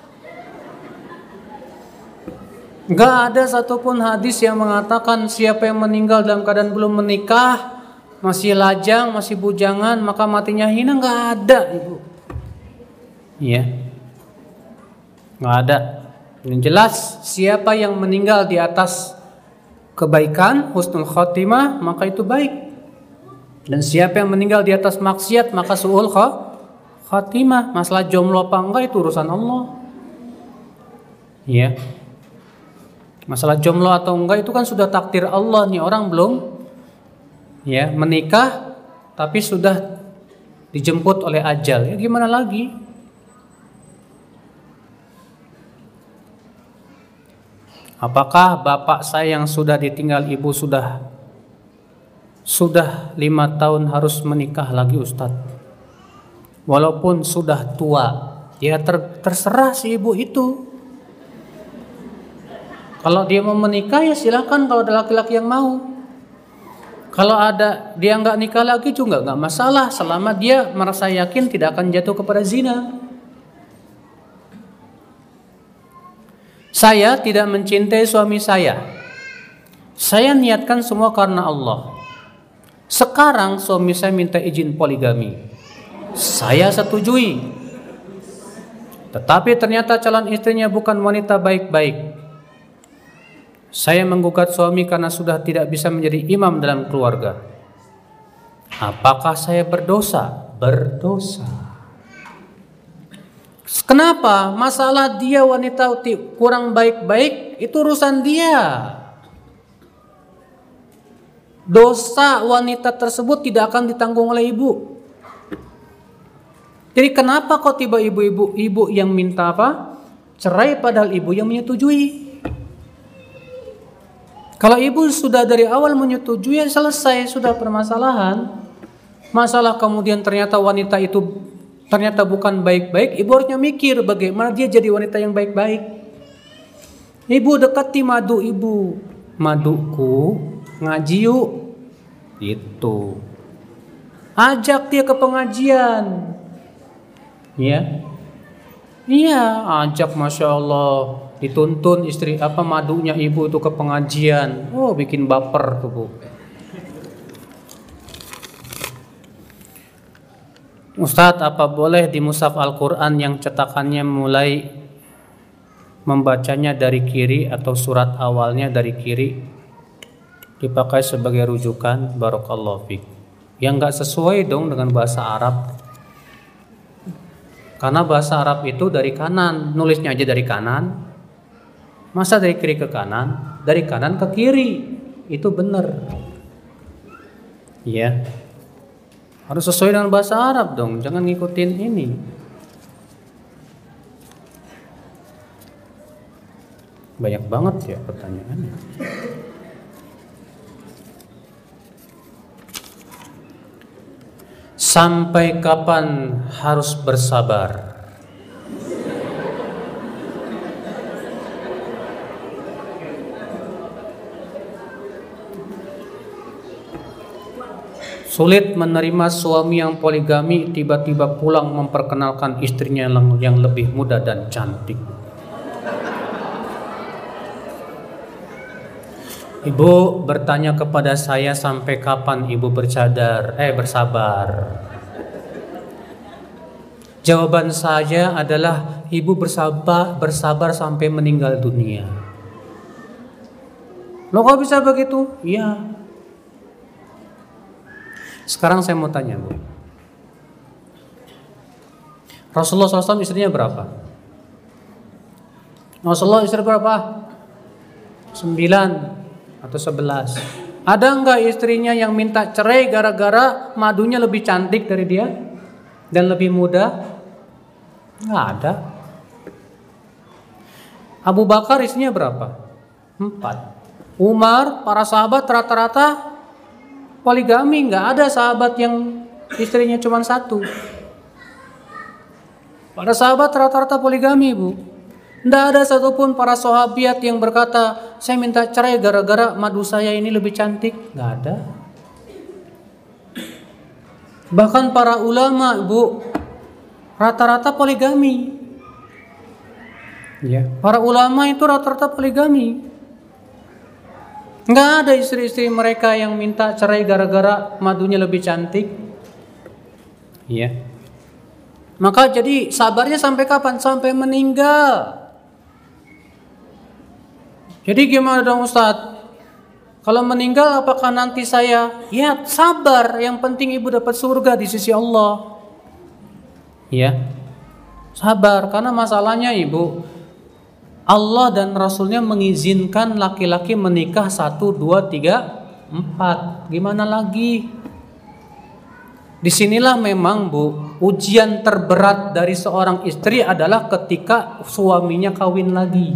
Nggak ada satupun hadis yang mengatakan siapa yang meninggal dalam keadaan belum menikah, masih lajang, masih bujangan, maka matinya hina. Nggak ada, Ibu. Iya. Nggak ada. Yang jelas siapa yang meninggal di atas kebaikan, husnul khotimah, maka itu baik. Dan siapa yang meninggal di atas maksiat, maka su'ul khotimah. Masalah jomblo apa enggak itu urusan Allah. Ya. Masalah jomblo atau enggak itu kan sudah takdir Allah. Nih orang belum ya menikah tapi sudah dijemput oleh ajal. Ya gimana lagi? Apakah bapak saya yang sudah ditinggal ibu sudah 5 tahun harus menikah lagi, Ustadz? Walaupun sudah tua, ya terserah si ibu itu. Kalau dia mau menikah ya silakan, kalau ada laki-laki yang mau. Kalau ada dia nggak nikah lagi juga nggak masalah, selama dia merasa yakin tidak akan jatuh kepada zina. Saya tidak mencintai suami saya. Saya niatkan semua karena Allah. Sekarang suami saya minta izin poligami. Saya setujui. Tetapi ternyata calon istrinya bukan wanita baik-baik. Saya menggugat suami karena sudah tidak bisa menjadi imam dalam keluarga. Apakah saya berdosa? Berdosa. Kenapa? Masalah dia wanita kurang baik-baik itu urusan dia. Dosa wanita tersebut tidak akan ditanggung oleh ibu. Jadi kenapa kok tiba ibu yang minta apa? Cerai padahal ibu yang menyetujui. Kalau ibu sudah dari awal menyetujui ya selesai sudah permasalahan. Masalah kemudian ternyata wanita itu ternyata bukan baik-baik, ibu harusnya mikir bagaimana dia jadi wanita yang baik-baik. Ibu dekati madu ibu, maduku ngaji yuk, itu. Ajak dia ke pengajian, ya, iya, ajak, masya Allah, dituntun istri madunya ibu itu ke pengajian, oh bikin baper tuh bu. Ustadz, apa boleh di mushaf Al-Quran yang cetakannya mulai membacanya dari kiri atau surat awalnya dari kiri dipakai sebagai rujukan? Barakallahu fiik. Yang nggak sesuai dong dengan bahasa Arab. Karena bahasa Arab itu dari kanan, nulisnya aja dari kanan. Masa dari kiri ke kanan? Dari kanan ke kiri. Itu benar. Ya. Harus sesuai dengan bahasa Arab dong, jangan ngikutin ini. Banyak banget ya pertanyaannya. Sampai kapan harus bersabar? Sulit menerima suami yang poligami tiba-tiba pulang memperkenalkan istrinya yang lebih muda dan cantik. Ibu bertanya kepada saya sampai kapan ibu bersabar. Jawaban saya adalah ibu bersabar sampai meninggal dunia. Loh kok bisa begitu? Iya. Sekarang saya mau tanya bu, Rasulullah SAW istrinya berapa? Rasulullah istri berapa? 9 atau 11. Ada enggak istrinya yang minta cerai gara-gara madunya lebih cantik dari dia dan lebih muda? Enggak ada. Abu Bakar istrinya berapa? 4. Umar, para sahabat rata-rata poligami, nggak ada sahabat yang istrinya cuma 1. Para sahabat rata-rata poligami bu. Nggak ada satupun para sahabiat yang berkata saya minta cerai gara-gara madu saya ini lebih cantik. Nggak ada. Bahkan para ulama bu rata-rata poligami. Ya. Para ulama itu rata-rata poligami. Nggak ada istri-istri mereka yang minta cerai gara-gara madunya lebih cantik. Iya. Maka jadi sabarnya sampai kapan? Sampai meninggal. Jadi gimana dong Ustadz? Kalau meninggal apakah nanti saya? Ya sabar, yang penting ibu dapat surga di sisi Allah. Ya. Sabar, karena masalahnya ibu, Allah dan Rasulnya mengizinkan laki-laki menikah 1, 2, 3, 4. Gimana lagi? Disinilah memang bu, ujian terberat dari seorang istri adalah ketika suaminya kawin lagi.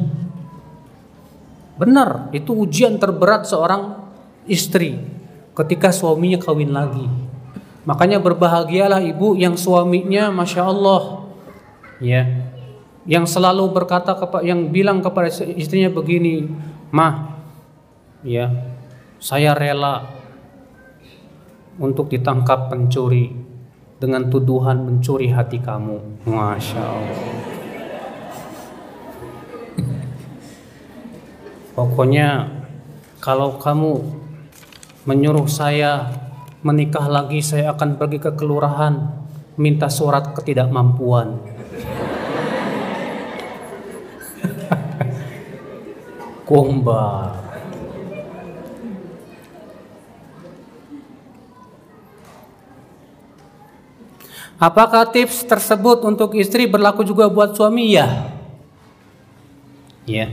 Benar, itu ujian terberat seorang istri ketika suaminya kawin lagi. Makanya berbahagialah ibu yang suaminya Masya Allah, ya, yang selalu yang bilang kepada istrinya begini, "Mah, ya, saya rela untuk ditangkap pencuri dengan tuduhan mencuri hati kamu." Masya Allah. Pokoknya kalau kamu menyuruh saya menikah lagi, saya akan pergi ke kelurahan minta surat ketidakmampuan. Kombar. Apakah tips tersebut untuk istri berlaku juga buat suami? Ya. Ya.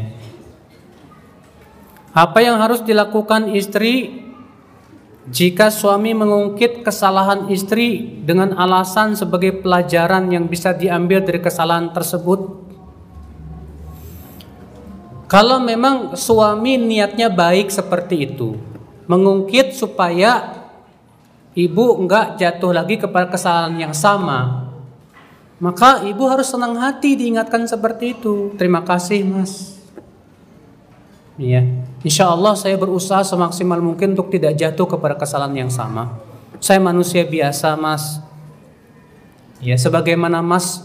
Apa yang harus dilakukan istri jika suami mengungkit kesalahan istri dengan alasan sebagai pelajaran yang bisa diambil dari kesalahan tersebut? Kalau memang suami niatnya baik seperti itu, mengungkit supaya ibu enggak jatuh lagi kepada kesalahan yang sama, maka ibu harus senang hati diingatkan seperti itu. Terima kasih mas. Iya, insya Allah saya berusaha semaksimal mungkin untuk tidak jatuh kepada kesalahan yang sama. Saya manusia biasa mas. Ya, sebagaimana mas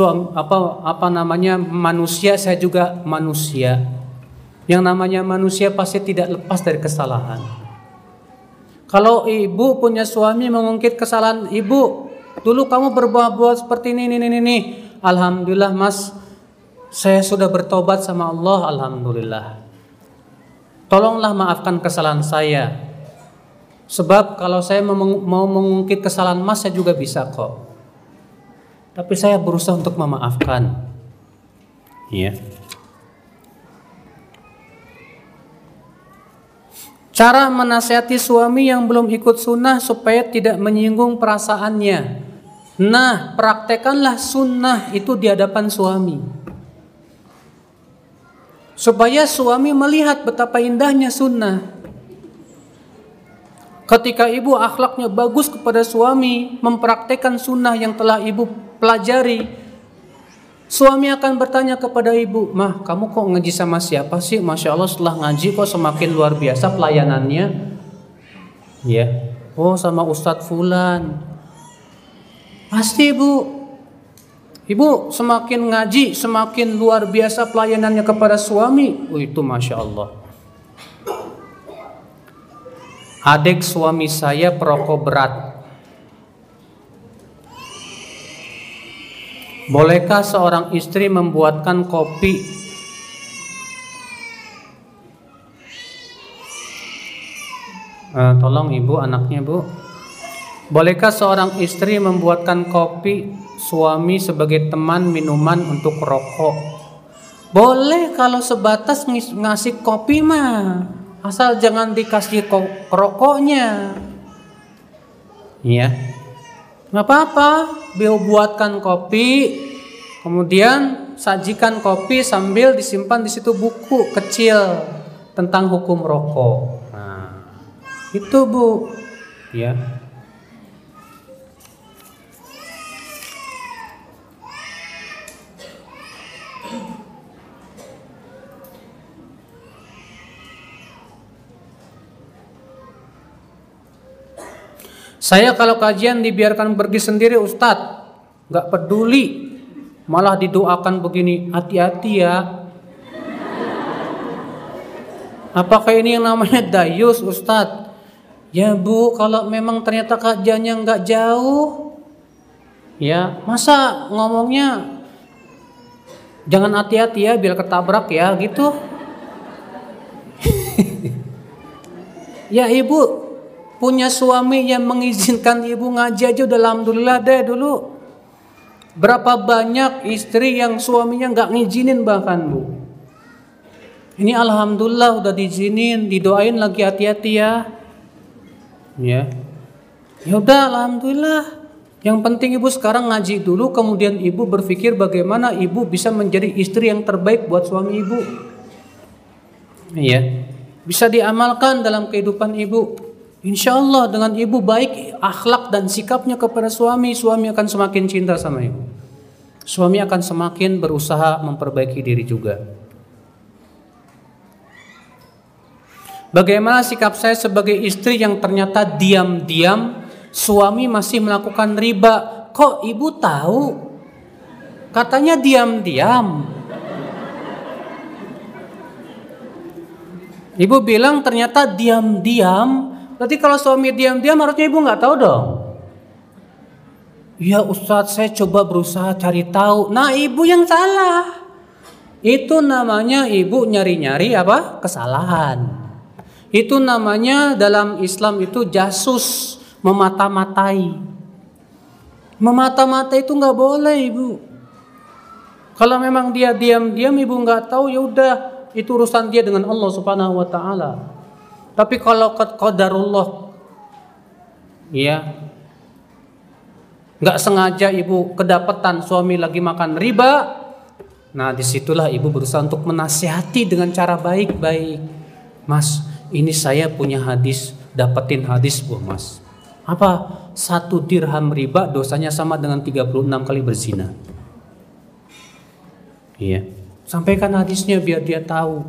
manusia, saya juga manusia. Yang namanya manusia pasti tidak lepas dari kesalahan. Kalau ibu punya suami mengungkit kesalahan ibu, dulu kamu berbuat seperti ini. Alhamdulillah mas, saya sudah bertobat sama Allah, alhamdulillah. Tolonglah maafkan kesalahan saya. Sebab kalau saya mau mengungkit kesalahan mas, saya juga bisa kok. Tapi saya berusaha untuk memaafkan. Iya. Cara menasihati suami yang belum ikut sunnah supaya tidak menyinggung perasaannya. Nah, praktekanlah sunnah itu di hadapan suami. Supaya suami melihat betapa indahnya sunnah. Ketika ibu akhlaknya bagus kepada suami, mempraktekkan sunnah yang telah ibu pelajari, suami akan bertanya kepada ibu, "Mah, kamu kok ngaji sama siapa sih? Masya Allah setelah ngaji kok semakin luar biasa pelayanannya." Ya, "Oh sama Ustadz Fulan." Pasti ibu semakin ngaji semakin luar biasa pelayanannya kepada suami. Oh itu Masya Allah. Adik suami saya perokok berat. Bolehkah seorang istri membuatkan kopi? Tolong ibu, anaknya bu. Bolehkah seorang istri membuatkan kopi suami sebagai teman minuman untuk rokok? Boleh kalau sebatas ngasih kopi mah, asal jangan dikasih rokoknya. Iya. Nggak apa-apa, beliau buatkan kopi, kemudian sajikan kopi sambil disimpan di situ buku kecil tentang hukum rokok. Nah, itu bu, ya. Saya kalau kajian dibiarkan pergi sendiri Ustadz, gak peduli, malah didoakan begini, hati-hati ya. Apakah ini yang namanya dayus Ustadz? Ya bu, kalau memang ternyata kajiannya gak jauh, ya masa ngomongnya jangan hati-hati ya biar ketabrak ya gitu. Ya ibu punya suami yang mengizinkan ibu ngaji aja udah alhamdulillah deh dulu. Berapa banyak istri yang suaminya nggak ngizinin bahkan bu. Ini alhamdulillah udah diizinin, didoain lagi hati-hati ya. Ya udah alhamdulillah. Yang penting ibu sekarang ngaji dulu, kemudian ibu berpikir bagaimana ibu bisa menjadi istri yang terbaik buat suami ibu. Iya, bisa diamalkan dalam kehidupan ibu. Insya Allah dengan ibu baik akhlak dan sikapnya kepada suami, suami akan semakin cinta sama ibu. Suami akan semakin berusaha memperbaiki diri juga. Bagaimana sikap saya sebagai istri yang ternyata diam-diam suami masih melakukan riba? Kok ibu tahu? Katanya diam-diam. Ibu bilang ternyata diam-diam. Berarti kalau suami diam-diam harusnya ibu nggak tahu dong. Ya Ustadz, saya coba berusaha cari tahu. Nah ibu yang salah. Itu namanya ibu nyari-nyari apa? Kesalahan. Itu namanya dalam Islam itu jasus, memata-matai. Memata-matai itu nggak boleh ibu. Kalau memang dia diam-diam ibu nggak tahu, ya udah itu urusan dia dengan Allah Subhanahu Wa Taala. Tapi kalau qadarullah, ya, nggak sengaja ibu kedapatan suami lagi makan riba, nah disitulah ibu berusaha untuk menasihati dengan cara baik-baik. Mas, ini saya punya hadis, dapetin hadis bu mas. Apa? 1 dirham riba dosanya sama dengan 36 kali berzina. Iya. Sampaikan hadisnya biar dia tahu.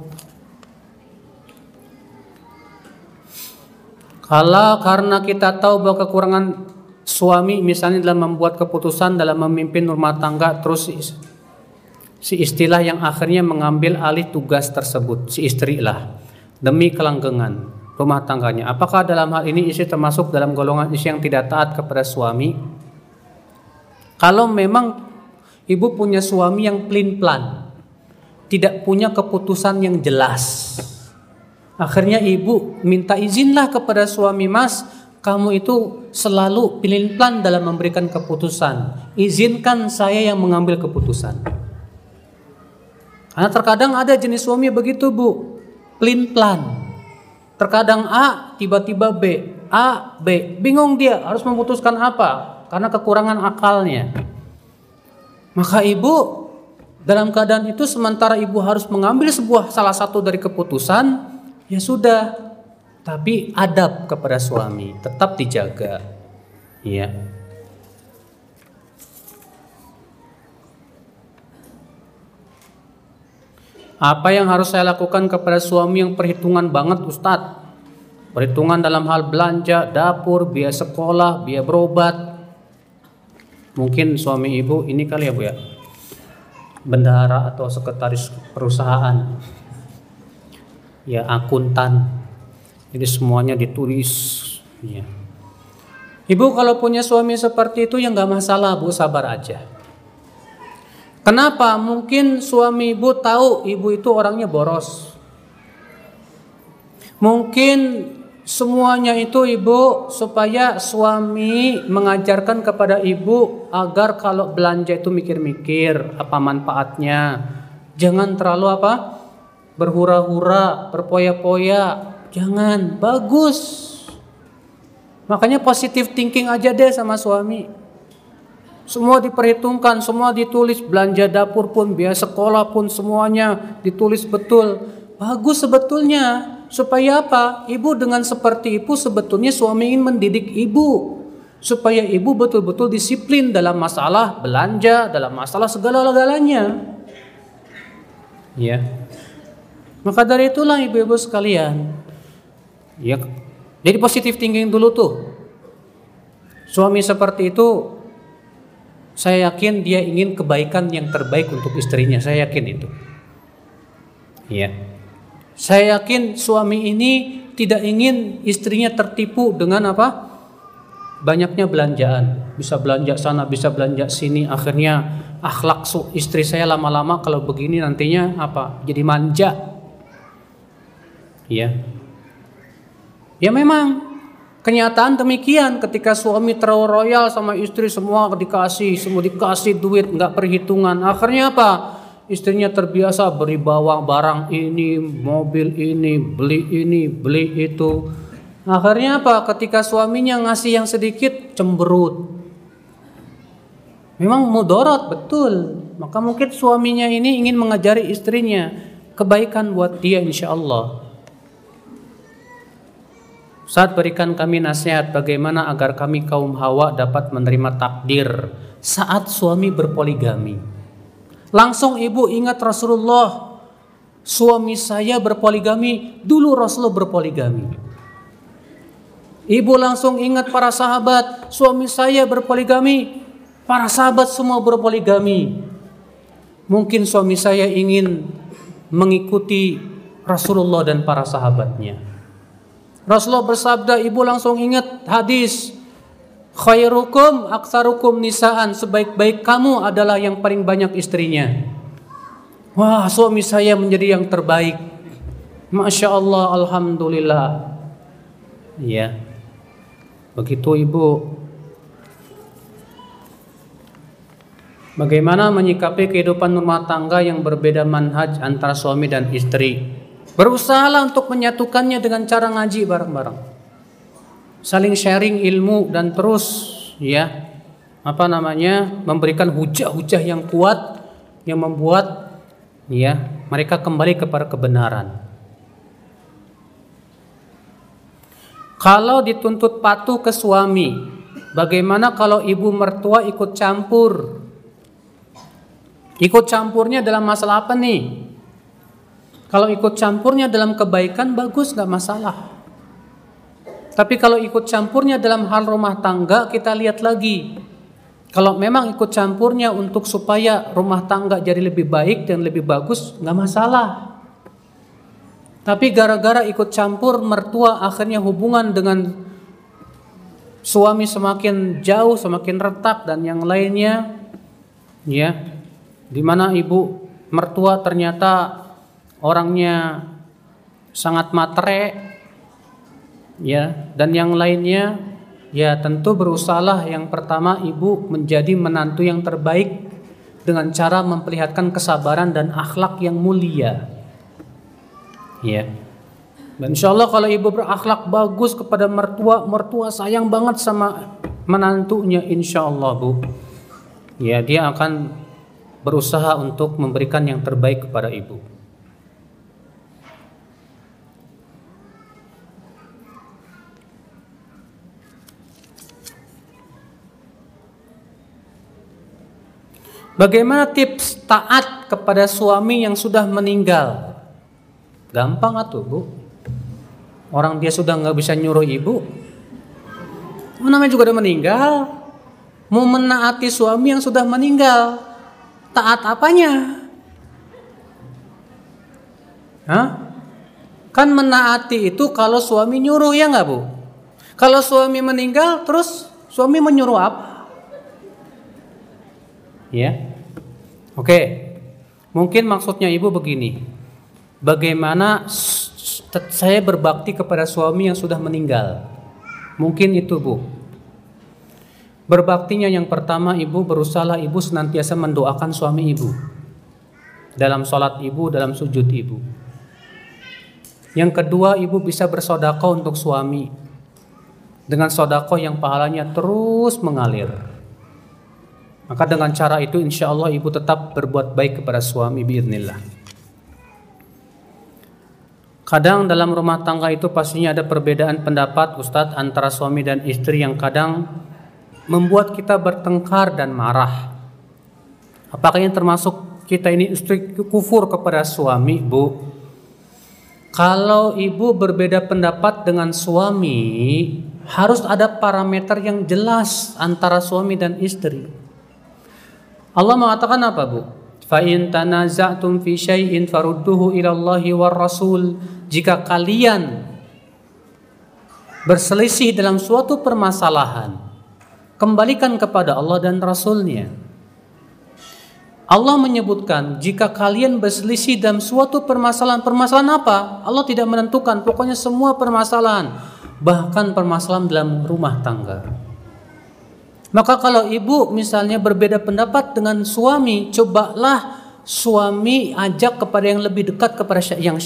Kalau karena kita tahu bahwa kekurangan suami misalnya dalam membuat keputusan dalam memimpin rumah tangga, terus si istilah yang akhirnya mengambil alih tugas tersebut, si istri lah, demi kelanggengan rumah tangganya. Apakah dalam hal ini istri termasuk dalam golongan istri yang tidak taat kepada suami? Kalau memang ibu punya suami yang pelin-pelan, tidak punya keputusan yang jelas, akhirnya ibu minta izinlah kepada suami, mas, kamu itu selalu pelin-pelan dalam memberikan keputusan, izinkan saya yang mengambil keputusan. Karena terkadang ada jenis suami begitu, Bu, pelin-pelan. Terkadang A, tiba-tiba B, A, B, bingung dia harus memutuskan apa karena kekurangan akalnya. Maka ibu dalam keadaan itu sementara ibu harus mengambil salah satu dari keputusan, ya sudah, tapi adab kepada suami tetap dijaga. Ya. Apa yang harus saya lakukan kepada suami yang perhitungan banget, Ustadz? Perhitungan dalam hal belanja, dapur, biaya sekolah, biaya berobat. Mungkin suami ibu ini kali ya, Bu ya, bendahara atau sekretaris perusahaan, ya akuntan, jadi semuanya ditulis. Ya. Ibu kalau punya suami seperti itu ya nggak masalah, Bu, sabar aja. Kenapa? Mungkin suami ibu tahu ibu itu orangnya boros. Mungkin semuanya itu ibu supaya suami mengajarkan kepada ibu agar kalau belanja itu mikir-mikir apa manfaatnya. Jangan terlalu apa? Berhura-hura, berpoya-poya. Jangan, bagus. Makanya positive thinking aja deh sama suami. Semua diperhitungkan, semua ditulis, belanja dapur pun, biaya sekolah pun semuanya ditulis betul. Bagus sebetulnya. Supaya apa? Ibu dengan seperti itu sebetulnya suami ingin mendidik ibu. Supaya ibu betul-betul disiplin dalam masalah belanja, dalam masalah segala-galanya. Ya. Maka dari itulah ibu-ibu sekalian, ya, jadi positive thinking dulu tuh. Suami seperti itu, saya yakin dia ingin kebaikan yang terbaik untuk istrinya. Saya yakin itu. Ya. Saya yakin suami ini tidak ingin istrinya tertipu dengan apa? Banyaknya belanjaan. Bisa belanja sana, bisa belanja sini. Akhirnya akhlak istri saya lama-lama kalau begini nantinya apa? Jadi manja. Ya. Ya memang kenyataan demikian, ketika suami terlalu royal sama istri, semua dikasih duit, nggak perhitungan. Akhirnya apa? Istrinya terbiasa beri bawang barang ini, mobil ini, beli itu. Akhirnya apa? Ketika suaminya ngasih yang sedikit, cemberut. Memang mudarat, betul. Maka mungkin suaminya ini ingin mengajari istrinya kebaikan buat dia, insya Allah. Saat berikan kami nasihat bagaimana agar kami kaum Hawa dapat menerima takdir saat suami berpoligami. Langsung ibu ingat Rasulullah, suami saya berpoligami, dulu Rasulullah berpoligami. Ibu langsung ingat para sahabat, suami saya berpoligami, para sahabat semua berpoligami. Mungkin suami saya ingin mengikuti Rasulullah dan para sahabatnya. Rasulullah bersabda, ibu langsung ingat hadis, khairukum aktsarukum nisaan, sebaik-baik kamu adalah yang paling banyak istrinya. Wah, suami saya menjadi yang terbaik. Masya Allah, alhamdulillah. Ya, begitu ibu. Bagaimana menyikapi kehidupan rumah tangga yang berbeda manhaj antara suami dan istri? Berusahalah untuk menyatukannya dengan cara ngaji bareng-bareng, saling sharing ilmu dan terus ya memberikan hujah-hujah yang kuat yang membuat ya mereka kembali kepada kebenaran. Kalau dituntut patuh ke suami, bagaimana kalau ibu mertua ikut campur? Ikut campurnya dalam masalah apa nih? Kalau ikut campurnya dalam kebaikan bagus, nggak masalah. Tapi kalau ikut campurnya dalam hal rumah tangga, kita lihat lagi. Kalau memang ikut campurnya untuk supaya rumah tangga jadi lebih baik dan lebih bagus, nggak masalah. Tapi gara-gara ikut campur mertua, akhirnya hubungan dengan suami semakin jauh, semakin retak dan yang lainnya, ya, dimana ibu mertua ternyata orangnya sangat matre, ya, dan yang lainnya, ya tentu berusahalah yang pertama ibu menjadi menantu yang terbaik dengan cara memperlihatkan kesabaran dan akhlak yang mulia, ya. Dan insya Allah kalau ibu berakhlak bagus kepada mertua, mertua sayang banget sama menantunya, insya Allah bu, ya dia akan berusaha untuk memberikan yang terbaik kepada ibu. Bagaimana tips taat kepada suami yang sudah meninggal? Gampang atuh bu. Orang dia sudah nggak bisa nyuruh ibu, namanya juga udah meninggal. Mau menaati suami yang sudah meninggal, taat apanya? Hah? Kan menaati itu kalau suami nyuruh, ya nggak bu? Kalau suami meninggal terus suami menyuruh apa? Ya, oke. Mungkin maksudnya ibu begini, bagaimana saya berbakti kepada suami yang sudah meninggal? Mungkin itu bu. Berbaktinya yang pertama, ibu berusaha ibu senantiasa mendoakan suami ibu dalam sholat ibu, dalam sujud ibu. Yang kedua, ibu bisa bersedekah untuk suami dengan sedekah yang pahalanya terus mengalir. Maka dengan cara itu insya Allah ibu tetap berbuat baik kepada suami biiznillah. Kadang dalam rumah tangga itu pastinya ada perbedaan pendapat Ustadz antara suami dan istri yang kadang membuat kita bertengkar dan marah. Apakah yang termasuk kita ini istri kufur kepada suami, bu? Kalau ibu berbeda pendapat dengan suami, harus ada parameter yang jelas antara suami dan istri. Allah mengatakan apa bu? Fa in tanaza'tum fi syai'in farudduhu ila Allahi war Rasul. Jika kalian berselisih dalam suatu permasalahan, kembalikan kepada Allah dan Rasulnya. Allah menyebutkan jika kalian berselisih dalam suatu permasalahan, permasalahan apa? Allah tidak menentukan, pokoknya semua permasalahan, bahkan permasalahan dalam rumah tangga. Maka kalau ibu misalnya berbeda pendapat dengan suami, cobalah suami ajak kepada yang lebih dekat kepada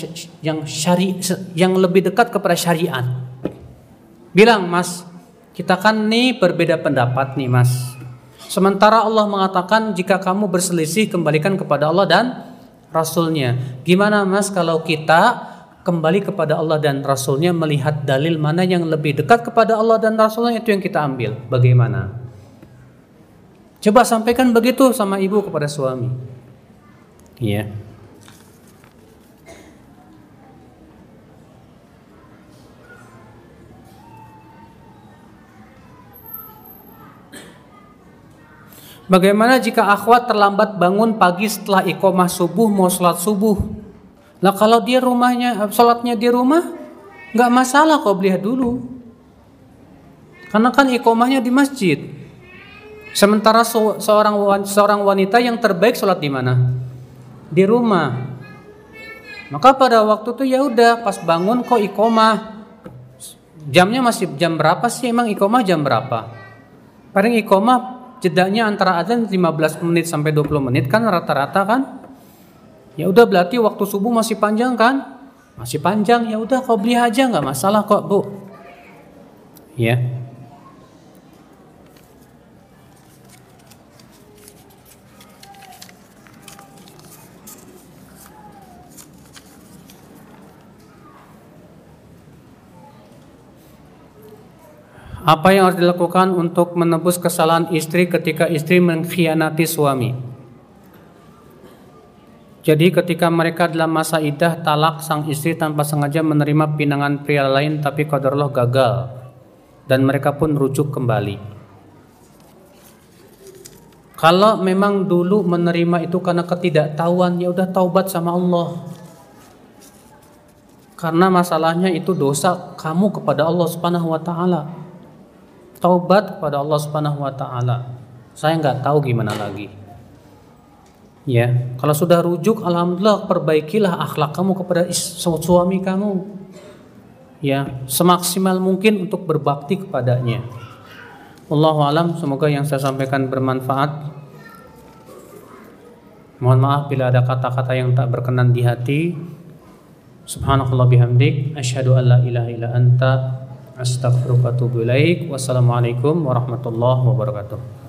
yang lebih dekat kepada syariat. Bilang, Mas, kita kan nih berbeda pendapat nih, Mas. Sementara Allah mengatakan jika kamu berselisih kembalikan kepada Allah dan Rasulnya. Gimana Mas kalau kita kembali kepada Allah dan Rasulnya, melihat dalil mana yang lebih dekat kepada Allah dan Rasulnya, itu yang kita ambil. Bagaimana? Coba sampaikan begitu sama ibu kepada suami. Iya. Bagaimana jika akhwat terlambat bangun pagi setelah iqomah subuh mau sholat subuh? Nah kalau dia rumahnya sholatnya di rumah nggak masalah kok, lihat dulu. Karena kan iqomahnya di masjid. Sementara seorang wanita yang terbaik sholat di mana? Di rumah. Maka pada waktu itu ya udah pas bangun kok iqomah. Jamnya masih jam berapa sih emang iqomah jam berapa? Paling iqomah jedanya antara adzan 15 menit sampai 20 menit kan rata-rata kan? Ya udah berarti waktu subuh masih panjang kan? Masih panjang, ya udah kau beli aja nggak masalah kok bu. Ya. Apa yang harus dilakukan untuk menebus kesalahan istri ketika istri mengkhianati suami? Jadi ketika mereka dalam masa iddah talak, sang istri tanpa sengaja menerima pinangan pria lain, tapi qadarullah gagal dan mereka pun rujuk kembali. Kalau memang dulu menerima itu karena ketidaktahuan, ya udah taubat sama Allah. Karena masalahnya itu dosa kamu kepada Allah Subhanahu wa taala. Taubat kepada Allah Subhanahu wa taala. Saya nggak tahu gimana lagi. Ya, kalau sudah rujuk, alhamdulillah, perbaikilah akhlak kamu kepada suami kamu. Ya, semaksimal mungkin untuk berbakti kepadanya. Wallahu alam, semoga yang saya sampaikan bermanfaat. Mohon maaf bila ada kata-kata yang tak berkenan di hati. Subhanakallah bihamdik, asyhadu an la ilaha illa anta, astaghfiruka wa atubu ilaik. Wassalamualaikum warahmatullahi wabarakatuh.